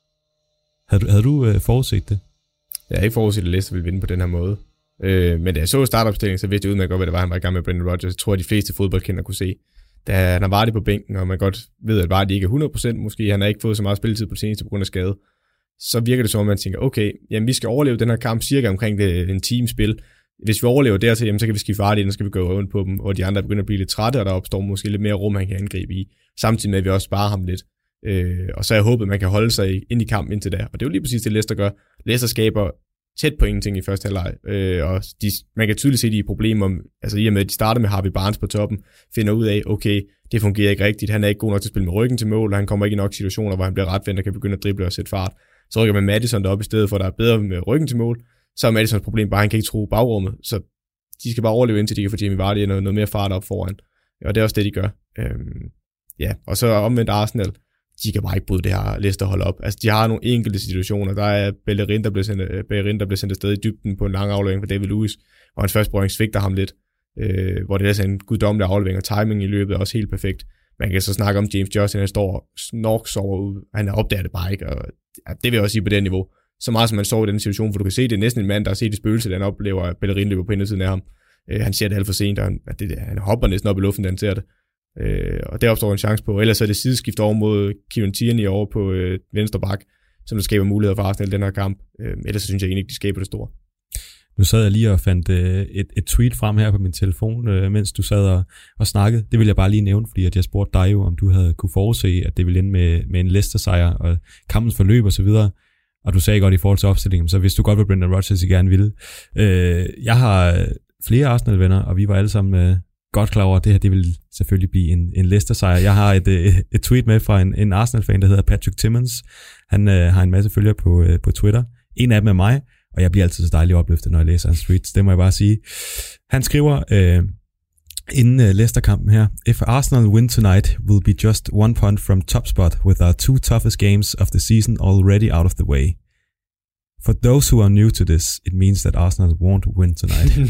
Speaker 4: havde du, havde du øh, forudset det?
Speaker 2: Jeg har ikke forudset, at Leicester ville vinde på den her måde. Øh, men da jeg så startopstillingen, så vidste jeg udmærket godt, hvad det var, han var i gang med Brendan Rodgers. Jeg tror, at de fleste fodboldkender kunne se. Da han har Vardy på bænken, og man godt ved, at Vardy ikke er hundrede procent, måske han har ikke fået så meget spilletid på det seneste på grund af skade, så virker det som, at man tænker, okay, jamen vi skal overleve den her kamp cirka omkring det, en teamspil. Hvis vi overlever dertil, jamen, så kan vi skifte Vardy ind, og så skal vi gå rundt på dem, og de andre begynder at blive lidt trætte, og der opstår måske lidt mere rum, han kan angribe i, samtidig med, at vi også sparer ham lidt. Øh, og så er jeg håbet, at man kan holde sig ind i kampen indtil da. Og det er jo lige præcis det, Leicester gør. Leicester skaber tæt på ingenting i første halvleg, øh, og de, man kan tydeligt se, at de er problemer om, altså i og med, at de starter med Harvey Barnes på toppen, finder ud af, okay, det fungerer ikke rigtigt, han er ikke god nok til at spille med ryggen til mål, og han kommer ikke i nok situationer, hvor han bliver retvendt og kan begynde at drible og sætte fart. Så rykker man Maddison derop i stedet for, at der er bedre med ryggen til mål, så er Maddisons problem bare, at han kan ikke tro bagrummet, så de skal bare overleve, indtil de kan få Jamie Vardy noget, noget mere fart op foran, og det er også det, de gør. Øhm, ja, og så omvendt Arsenal, de kan bare ikke bryde det her Leicester hold op. Altså, de har nogle enkelte situationer. Der er Bellerin, der bliver sendt, Bellerin, der bliver sendt afsted i dybden på en lang aflevering fra David Lewis, hvor hans første berøring svigter ham lidt, øh, hvor det er sådan en guddommelig aflevering, og timing i løbet er også helt perfekt. Man kan så snakke om James Johnson, han står snorks over, han opdager det bare ikke, og det vil jeg også sige på det niveau. Så meget som man står i den situation, for du kan se, det er næsten en mand, der har set det spøgelse, da han oplever, at Bellerin løber på indersiden af ham. Øh, han ser det alt for sent, og han, det, han hopper næsten op i luften, da han ser det. Øh, og der opstår en chance på, ellers er det sideskift over mod Kieran Tierney over på øh, venstre bak, som der skaber muligheder for Arsenal i den her kamp. Øh, ellers så synes jeg egentlig ikke, de skaber det store.
Speaker 4: Nu sad jeg lige og fandt øh, et, et tweet frem her på min telefon, øh, mens du sad og, og snakkede. Det vil jeg bare lige nævne, fordi at jeg spurgte dig jo, om du havde kunne forudse, at det ville ende med, med en Leicester-sejr og kampens forløb og så videre. Og du sagde godt i forhold til opstillingen, så vidste du godt, hvad Brendan Rodgers gerne ville. Øh, jeg har flere Arsenal-venner, og vi var alle sammen øh, godt klar over, at det her det vil selvfølgelig blive en, en Leicester-sejr. Jeg har et, et, et tweet med fra en, en Arsenal-fan, der hedder Patrick Timmons. Han øh, har en masse følgere på, øh, på Twitter. En af dem er mig, og jeg bliver altid så dejligt opløftet, når jeg læser hans tweets. Det må jeg bare sige. Han skriver øh, inden uh, Leicester-kampen her: If Arsenal win tonight, we'll be just one point from top spot with our two toughest games of the season already out of the way. For those who are new to this, it means that Arsenal won't win tonight.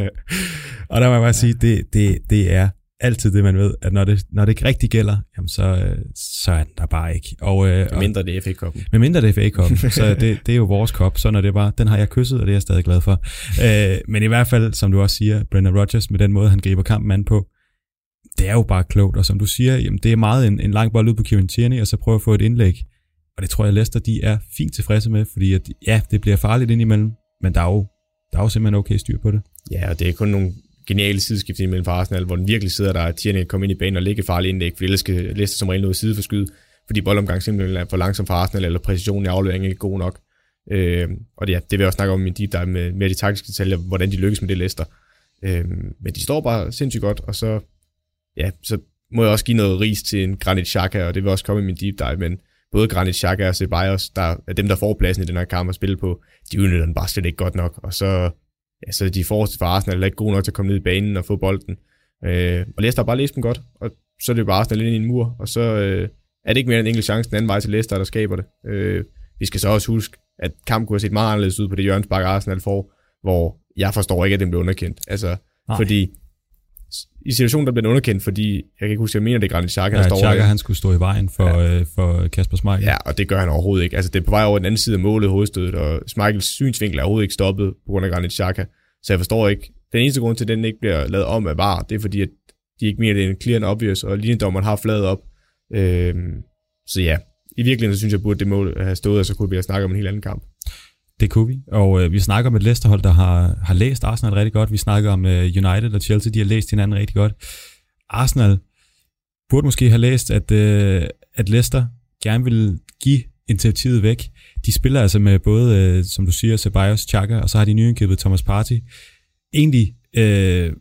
Speaker 4: Og der må jeg bare sige, det, det, det er altid det, man ved, at når det, når det ikke rigtig gælder, jamen så, så er den der bare ikke. Og, øh,
Speaker 2: med mindre det er F A-koppen.
Speaker 4: Med mindre det er F A-koppen, så det, det er jo vores kop, så når det bare, den har jeg kysset, og det er jeg stadig glad for. Øh, men i hvert fald, som du også siger, Brendan Rodgers, med den måde, han griber kampen an på, det er jo bare klogt, og som du siger, jamen, det er meget en, en lang bold ud på Kieran Tierney, og så prøve at få et indlæg. Og det tror jeg, Leicester, de er fint tilfredse med, fordi at, ja, det bliver farligt indimellem, men der er jo, der er jo simpelthen okay styr på det.
Speaker 2: Ja, og det er kun nogle geniale sideskift imellem for Arsenal, hvor den virkelig sidder der, at Tierney kommer ind i banen og lægger farligt indlæg, for ellers skal Leicester som regel noget side for skyd, fordi boldomgang simpelthen er for langsom for Arsenal, eller præcisionen i afleveringen ikke er god nok. Øh, og det, ja, det vil jeg også snakke om i min deep dive med, med de taktiske detaljer, hvordan de lykkes med det Leicester. Øh, men de står bare sindssygt godt, og så, ja, så må jeg også give noget ris til en Granit Xhaka, og det vil også komme i min deep dive, men både Granit Xhaka og Ceballos, der er dem, der får pladsen i den her kamp at spille på, de udnytter den bare slet ikke godt nok, og så, ja, så de forreste for Arsenal er ikke gode nok til at komme ned i banen og få bolden. Øh, og Leicester har bare læst dem godt, og så er det bare Arsenal ind i en mur, og så øh, er det ikke mere en enkelt chance den anden vej til Leicester, der skaber det. Øh, vi skal så også huske, at kampen kunne have set meget anderledes ud på det hjørnespark Arsenal får, hvor jeg forstår ikke, at den blev underkendt. Altså, Nej. fordi i situationen, der blev den underkendt, fordi jeg kan ikke huske, jeg mener, det er Granit Xhaka,
Speaker 4: ja,
Speaker 2: der står
Speaker 4: Xhaka, han skulle stå i vejen for, ja. øh, for Kasper Schmeichel.
Speaker 2: Ja, og det gør han overhovedet ikke. Altså, det er på vej over den anden side af målet, hovedstødet, og Schmeichels synsvinkel er overhovedet ikke stoppet på grund af Granit Xhaka. Så jeg forstår ikke. Den eneste grund til, at den ikke bliver lavet om af V A R, det er fordi, at de ikke mener, det er en clear and obvious, og linjedommeren har fladet op. Øhm, så ja, i virkeligheden så synes jeg, burde det mål have stået, og så kunne vi have snakket om en helt anden kamp.
Speaker 4: Det kunne vi, og øh, vi snakker om et Leicester-hold, der har, har læst Arsenal rigtig godt. Vi snakker om øh, United og Chelsea, de har læst hinanden rigtig godt. Arsenal burde måske have læst, at, øh, at Leicester gerne vil give initiativet væk. De spiller altså med både, øh, som du siger, Ceballos, Xhaka, og så har de nyindkøbet Thomas Partey. Egentlig øh,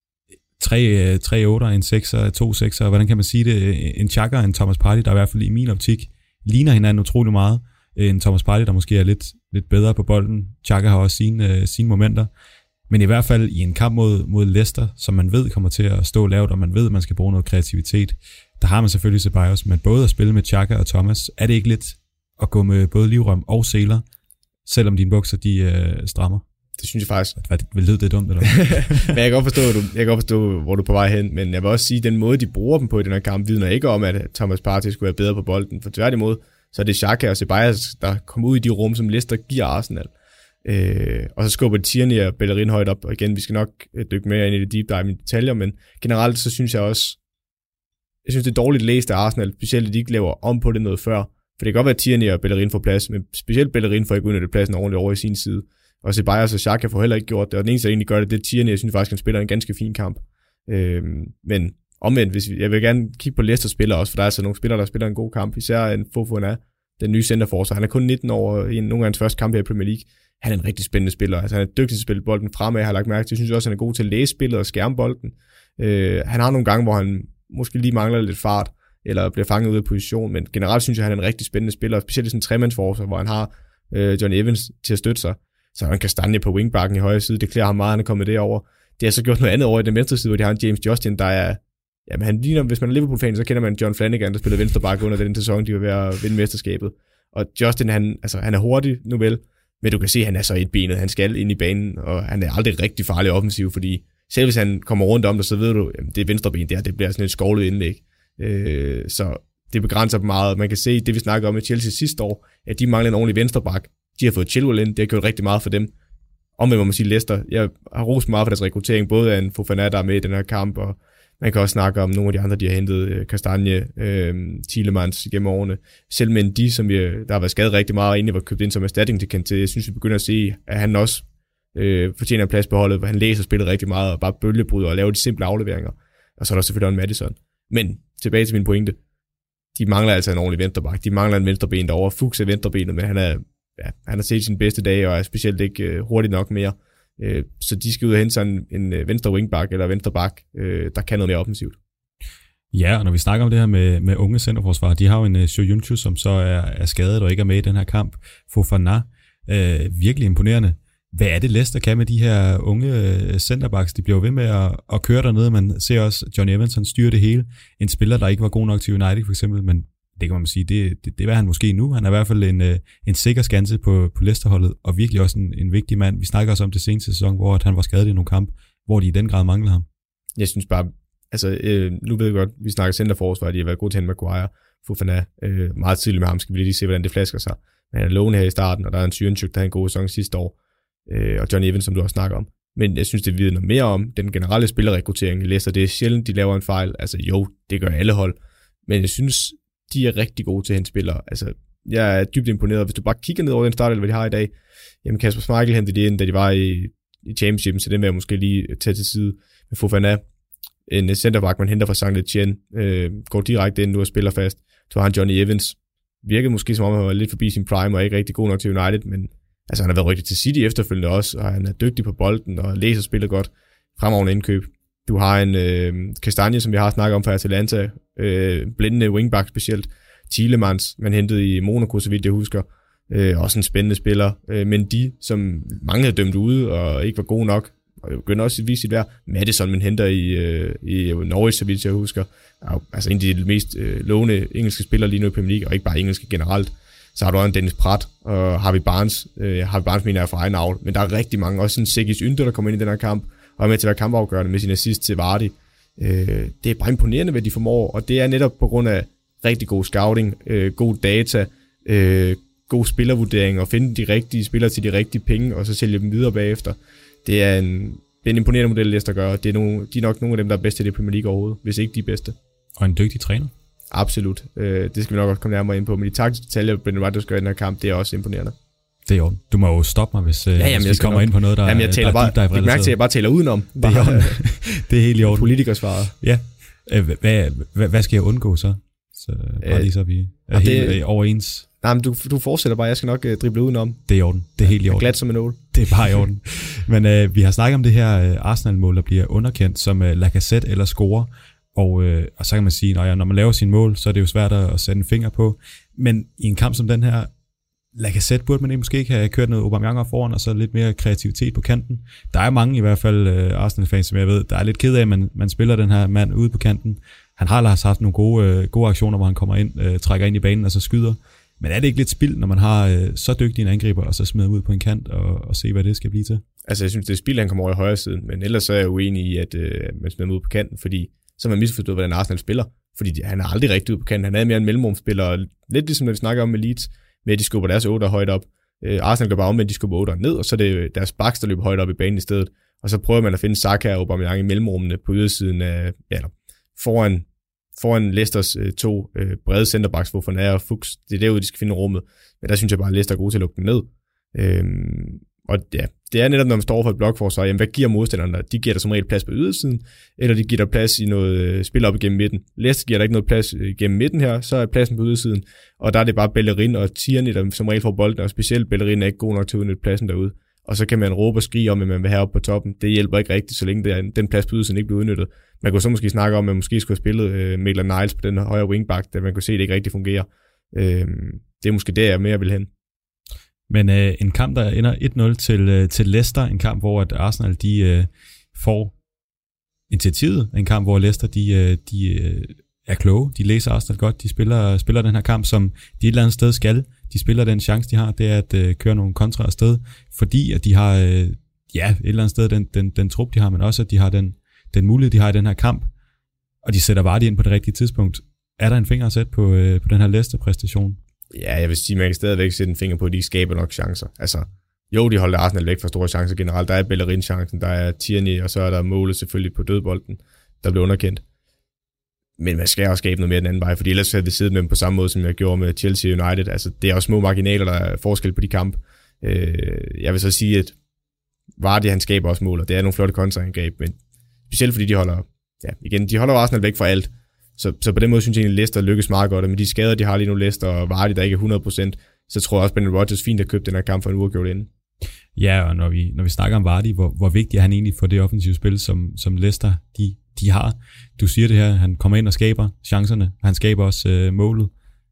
Speaker 4: tre, tre otter, en sekser, to sekser, hvordan kan man sige det? En Xhaka og en Thomas Partey, der i hvert fald i min optik ligner hinanden utrolig meget. En Thomas Partey, der måske er lidt, lidt bedre på bolden. Xhaka har også sine, sine momenter. Men i hvert fald i en kamp mod, mod Leicester, som man ved kommer til at stå lavt, og man ved, at man skal bruge noget kreativitet, der har man selvfølgelig Ceballos, men både at spille med Xhaka og Thomas, er det ikke lidt at gå med både livrem og seler, selvom dine bukser, de øh, strammer?
Speaker 2: Det synes jeg faktisk.
Speaker 4: Hvad, vil det, det er dumt, eller
Speaker 2: men jeg kan godt forstå, du, jeg kan godt forstå, hvor du er på vej hen, men jeg vil også sige, at den måde, de bruger dem på i den her kamp, vidner ikke om, at Thomas Partey skulle være bedre på bolden, for tværtimod, så er det Xhaka og Ceballos, der kommer ud i de rum, som Leicester giver Arsenal. Øh, og så skubber Tierney og Bellerin højt op, og igen, vi skal nok dykke mere ind i det deep dive i detaljer, men generelt så synes jeg også, jeg synes det er dårligt læst af Arsenal, specielt at de ikke laver om på det noget før, for det kan godt være, at Tierney og Bellerin får plads, men specielt Bellerin får ikke udnyttet pladsen ordentligt over i sin side, og Ceballos og Xhaka får heller ikke gjort det, og den eneste, der egentlig gør det, det er Tierney. Jeg synes faktisk, han spiller en ganske fin kamp. Øh, men omvendt, hvis vi, jeg vil gerne kigge på Leicester spillere også, for der er altså nogle spillere, der spiller en god kamp, især en Fofana, den nye centerforsvar. Han er kun nitten år i nogle af hans første kampe her i Premier League. Han er en rigtig spændende spiller. Altså, han er dygtig til at spille bolden fremad, jeg har lagt mærke til. Jeg synes også, han er god til at læse spillet og skærme bolden. Øh, han har nogle gange, hvor han måske lige mangler lidt fart, eller bliver fanget ud af position, men generelt synes jeg, han er en rigtig spændende spiller, specielt i sådan en tremandsforsvar, hvor han har øh, John Evans til at støtte sig. Så han kan stande på wingbacken i højre side. Det klæder ham meget, han er kommet derover. Det har så gjort noget andet over i den venstre side, hvor de har en James Justin, der er... Jamen, han ligner, hvis man er Liverpool-fan, så kender man John Flanagan, der spiller venstreback under den sæson, de var ved at vinde mesterskabet. Og Justin, han, altså, han er hurtig nu vel, men du kan se, at han er så etbenet. Han skal ind i banen, og han er aldrig rigtig farlig offensiv, fordi selv hvis han kommer rundt om det, så ved du, jamen, det er venstreben der, det bliver sådan et skovlet indlæg. Øh, så det begrænser dem meget. Man kan se, det vi snakkede om i Chelsea sidste år, at de mangler en ordentlig venstreback. De har fået Chilwell ind, det har gjort rigtig meget for dem. Omvendt må man sige Leicester. Jeg har rost meget for deres rekruttering, både af en Fofana, der er med i den her kamp, og man kan også snakke om nogle af de andre, de har hentet, Kastanje, øh, Tielemans gennem årene. Selv med de, som vi, der har været skadet rigtig meget, og egentlig var købt ind som erstatning til Kanté. Jeg synes, vi begynder at se, at han også øh, fortjener en plads på holdet, hvor han læser spillet rigtig meget, og bare bølgebryder og laver de simple afleveringer. Og så er der selvfølgelig også Madison. Men tilbage til min pointe. De mangler altså en ordentlig venstreback. De mangler en venstreben derovre. Fuchs er venstrebenet, men han er ja, han har set sin bedste dage, og er specielt ikke øh, hurtigt nok mere. Øh, så de skal ud og hente sig en, en øh, venstre wingback eller venstre back, øh, der kan noget mere offensivt.
Speaker 4: Ja, og når vi snakker om det her med, med unge centerforsvar, de har jo en uh, Soyuncu, som så er, er skadet og ikke er med i den her kamp. Fofana, øh, virkelig imponerende. Hvad er det, Leicester kan med de her unge uh, centerbacks? De bliver jo ved med at, at køre dernede. Man ser også, John Evans, han styrer det hele. En spiller, der ikke var god nok til United for eksempel, men det kan man sige, det, det, det er han måske nu. Han er i hvert fald en, en sikker skanse på, på Leicester-holdet, og virkelig også en, en vigtig mand. Vi snakker også om det seneste sæson, hvor han var skadet i nogle kamp, hvor de i den grad manglede ham.
Speaker 2: Jeg synes bare, altså øh, nu ved jeg godt, vi snakker centerforsvar, de har været gode til Henry Maguire, Fofana, øh, meget tidligt med ham, skal vi lige se, hvordan det flasker sig. Men han er lovende her i starten, og der er en Syrenchuk, der havde en god sæson sidste år, øh, og John Evans, som du også snakker om. Men jeg synes, det vidner mere om den generelle spillerrekruttering i Leicester. Det er sjældent, de laver en fejl. Altså jo, det gør alle hold. Men jeg synes, de er rigtig gode til at hente spillere. Altså, jeg er dybt imponeret. Hvis du bare kigger ned over den start, eller hvad de har i dag, jamen Kasper Schmeichel hentede de ind, da de var i, i Championship, så den vil jeg måske lige tage til side. Men Fofana, en centerback, man henter fra Saint Etienne, øh, går direkte ind nu og spiller fast. Så har han Johnny Evans. Virkede måske som om, han var lidt forbi sin prime, og ikke rigtig god nok til United, men altså, han har været rigtig til City efterfølgende også, og han er dygtig på bolden, og læser spillet godt. Fremragende indkøb. Du har en øh, Kastanje, som vi har snakket om fra Atalanta, øh, blændende wingback specielt. Thielemans, man hentede i Monaco, så vidt jeg husker. Øh, også en spændende spiller. Øh, men de, som mange havde dømt ude og ikke var gode nok, og begynder også at vise sit værd. Madison, man henter i, øh, i Norwich, så vidt jeg husker. Altså en af de mest øh, lovende engelske spillere lige nu i Premier League, og ikke bare engelske generelt. Så har du også en Dennis Pratt og Harvey Barnes. Øh, Harvey Barnes mener jeg fra egen avl, men der er rigtig mange. Også en Segis Ynde, der kommer ind i den her kamp, og er med til at være kampafgørende med sin assist til Vardy. Øh, det er bare imponerende, hvad de formår, og det er netop på grund af rigtig god scouting, øh, god data, øh, god spillervurdering, og finde de rigtige spillere til de rigtige penge, og så sælge dem videre bagefter. Det er en, det er en imponerende model, Leicester gør. Det er nogle, de er nok nogle af dem, der er bedste i det Premier League overhovedet, hvis ikke de bedste.
Speaker 4: Og en dygtig træner.
Speaker 2: Absolut. Øh, det skal vi nok også komme nærmere ind på. Men de taktiske detaljer, Brendan Rodgers gør i den her kamp, det er også imponerende.
Speaker 4: Det er jo. Du må jo stoppe mig, hvis, ja, jamen, hvis vi kommer nok ind på noget, der,
Speaker 2: jamen, jeg taler
Speaker 4: der
Speaker 2: bare,
Speaker 4: er dybt dig.
Speaker 2: Jeg mærker til, at jeg bare taler udenom.
Speaker 4: Det er,
Speaker 2: bare,
Speaker 4: det er helt i orden.
Speaker 2: Politikersvaret.
Speaker 4: Ja. Hvad, hvad, hvad skal jeg undgå så? Så bare øh, lige så vi er helt det, overens.
Speaker 2: Nej, men du, du fortsætter bare. Jeg skal nok uh, drible udenom.
Speaker 4: Det er i orden. Det er helt i orden.
Speaker 2: Glat som en nål.
Speaker 4: Det er bare i orden. Men uh, vi har snakket om det her uh, Arsenal-mål, der bliver underkendt som uh, Lacazette eller scorer. Og, uh, og så kan man sige, at når man laver sin mål, så er det jo svært at sætte en finger på. Men i en kamp som den her, Lacazette burde man måske ikke have kørt noget Aubameyang foran, og så lidt mere kreativitet på kanten. Der er mange i hvert fald uh, Arsenal-fans, som jeg ved, der er lidt ked af, at man, man spiller den her mand ude på kanten. Han har ellers haft nogle gode, øh, gode aktioner, hvor han kommer ind, øh, trækker ind i banen og så skyder. Men er det ikke lidt spild, når man har øh, så dygtig en angriber, og så smider ud på en kant og, og se, hvad det skal blive til?
Speaker 2: Altså, jeg synes, det er spild, han kommer over i højre siden, men ellers så er jeg uenig i, at øh, man smider ud på kanten, fordi så har man misforstået, hvordan Arsenal spiller. Fordi de, han er aldrig rigtig ud på kanten. Han er mere en mellemrumspiller, lidt ligesom når vi snakker om med Leeds, med at de skubber deres otter højt op. Øh, Arsenal går bare om, at de skubber otter ned, og så er det deres backs, der løber højt op i banen i stedet. Og så prøver man at finde Saka og Aubameyang i mellemrummene på ydersiden af, ja, foran foran Leicesters øh, to øh, brede centerbacks, hvor Van Aer og Fuchs, det er derude, de skal finde rummet. Men der synes jeg bare, at Leicester er gode til at lukke dem ned. Øhm, og ja, det er netop, når man står for et blokforsvar, jamen hvad giver modstanderne der? De giver der som regel plads på ydersiden, eller de giver der plads i noget øh, spil op igennem midten. Leicester giver der ikke noget plads øh, igennem midten her, så er pladsen på ydersiden, og der er det bare Bellerin og Tierney, der som regel får bolden, og specielt Bellerin er ikke god nok til at udnytte pladsen derude. Og så kan man råbe og skrige om, at man vil have op på toppen. Det hjælper ikke rigtigt, så længe det er, den plads på ydersiden ikke bliver udnyttet. Man kunne så måske snakke om, at man måske skulle have spillet øh, Maitland-Niles på den højre wingback, da man kunne se, at det ikke rigtig fungerer. Øh, det er måske der, jeg mere vil hen.
Speaker 4: Men øh, en kamp, der ender et nul til, øh, til Leicester, en kamp, hvor at Arsenal de, øh, får initiativet, en kamp, hvor Leicester de, øh, de øh, er kloge, de læser Arsenal godt, de spiller, spiller den her kamp, som de et eller andet sted skal. De spiller den chance, de har, det er at øh, køre nogle kontra afsted, fordi at de har, øh, ja, et eller andet sted den, den, den trup, de har, men også at de har den, den mulighed, de har i den her kamp, og de sætter Vardy ind på det rigtige tidspunkt. Er der en finger at sætte på, øh, på den her Leicester-præstation?
Speaker 2: Ja, jeg vil sige, man kan stadigvæk sætte en finger på, at de skaber nok chancer. Altså, jo, de holder Arsenal væk fra store chancer generelt. Der er Bellerin-chancen, der er Tierney, og så er der målet selvfølgelig på dødbolden, der bliver underkendt. Men man skal også skabe noget mere den anden vej, fordi ellers havde vi siddet med dem på samme måde, som jeg gjorde med Chelsea United. Altså, det er også små marginaler, der er forskel på de kampe. Øh, jeg vil så sige, at Vardy, han skaber også mål, og det er nogle flotte kontraangreb, men specielt fordi de holder, ja, igen, de holder Arsenal væk fra alt. Så, så på den måde synes jeg egentlig, at Leicester lykkes meget godt, og med de skader, de har lige nu, Leicester og Vardy, der ikke er hundrede procent, så tror jeg også, at Brendan Rodgers fint har købt den her kamp for en uafgjort inden.
Speaker 4: Ja, og når vi, når vi snakker om Vardy, hvor, hvor vigtig er han egentlig for det offensive spil, som, som Leicester, de, de har. Du siger det her, han kommer ind og skaber chancerne, han skaber også øh, målet.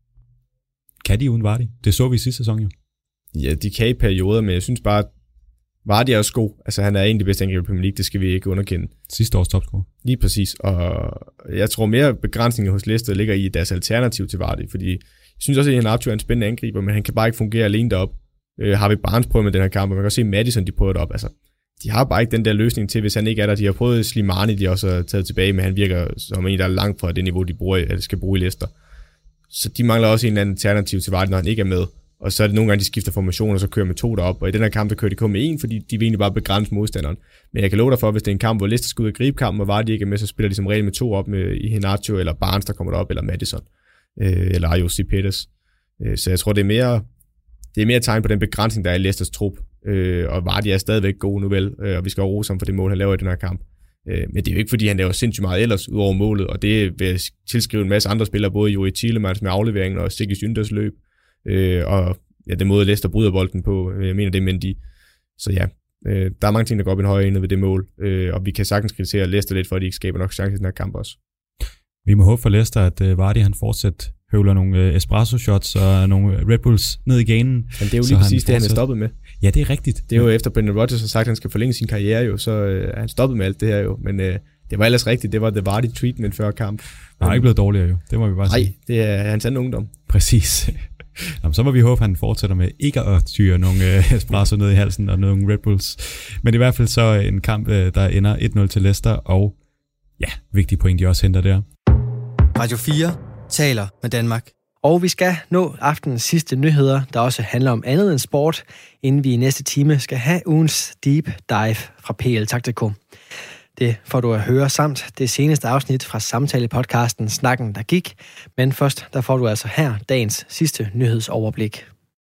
Speaker 4: Kan de uden Vardy? Det så vi i sidste sæson jo.
Speaker 2: Ja, de kan i perioder, men jeg synes bare, at Vardy er også god. Altså, han er en af de bedste angriber i Premier League, det skal vi ikke underkende.
Speaker 4: Sidste års topscorer.
Speaker 2: Lige præcis, og jeg tror mere begrænsningen hos Leicester ligger i deres alternativ til Vardy, fordi jeg synes også, at Iheanacho er en spændende angriber, men han kan bare ikke fungere alene deroppe. Øh, har vi Barnes prøvet med den her kamp, og man kan også se Madison, de prøver det op. Altså, de har bare ikke den der løsning til, hvis han ikke er der. De har prøvet Slimani, de også har taget tilbage, men han virker som en, der er langt fra det niveau, de bruger, eller skal bruge i Leicester. Så de mangler også en eller anden alternativ til Vardy, når han ikke er med. Og så er det nogle gange, de skifter formation, og så kører med to derop. Og i den her kamp, der kører de kun med en, fordi de vil egentlig bare begrænse modstanderen. Men jeg kan love dig for, hvis det er en kamp, hvor Leicester skal ud og gribe kampen, og Vardy ikke er med, så spiller de som regel med to op med Iheanacho, eller Barnes, der kommer derop, eller Madison, øh, eller Ayosi Peters. Øh, så jeg tror, det er mere det er mere tegn på den begrænsning, der er i Leicesters trup. Øh, og Vardy er stadigvæk god nu vel, øh, og vi skal rose ham for det mål, han laver i den her kamp. Øh, men det er jo ikke, fordi han laver sindssygt meget ellers, ud over målet, og det vil jeg tilskrive en masse andre spillere, både Youri Tielemans med afleveringen, og Sigis Ynders løb, øh, og ja, den måde Leicester bryder bolden på, jeg mener det, men de, så ja, Øh, der er mange ting, der går op i en højere enhed ved det mål, øh, og vi kan sagtens kritisere Leicester lidt, for at de ikke skaber nok chancer i den her kamp også.
Speaker 4: Vi må håbe for Leicester, at uh, Vardy han fortsat høvler nogle uh, espresso-shots og nogle Red Bulls ned i ganen.
Speaker 2: Men det er jo lige præcis det, han er stoppet med.
Speaker 4: Ja, det er rigtigt.
Speaker 2: Det er jo efter Brendan Rodgers har sagt, at han skal forlænge sin karriere, jo, så øh, er han stoppet med alt det her jo. Men øh, det var ellers rigtigt, det var the Vardy treatment før kamp.
Speaker 4: Han er ikke blevet dårligere jo, det må vi bare sige.
Speaker 2: Nej, det er hans anden ungdom.
Speaker 4: Præcis. Jamen, så må vi håbe, at han fortsætter med ikke at tyre nogle øh, espresso ned i halsen og nogle Red Bulls. Men i hvert fald så en kamp, øh, der ender et nul til Leicester, og ja, vigtige point, de også henter der.
Speaker 1: Radio fire taler med Danmark. Og vi skal nå aftenens sidste nyheder, der også handler om andet end sport, inden vi i næste time skal have ugens deep dive fra P L Taktiko. Det får du at høre samt det seneste afsnit fra samtale-podcasten Snakken, der gik. Men først, der får du altså her dagens sidste nyhedsoverblik.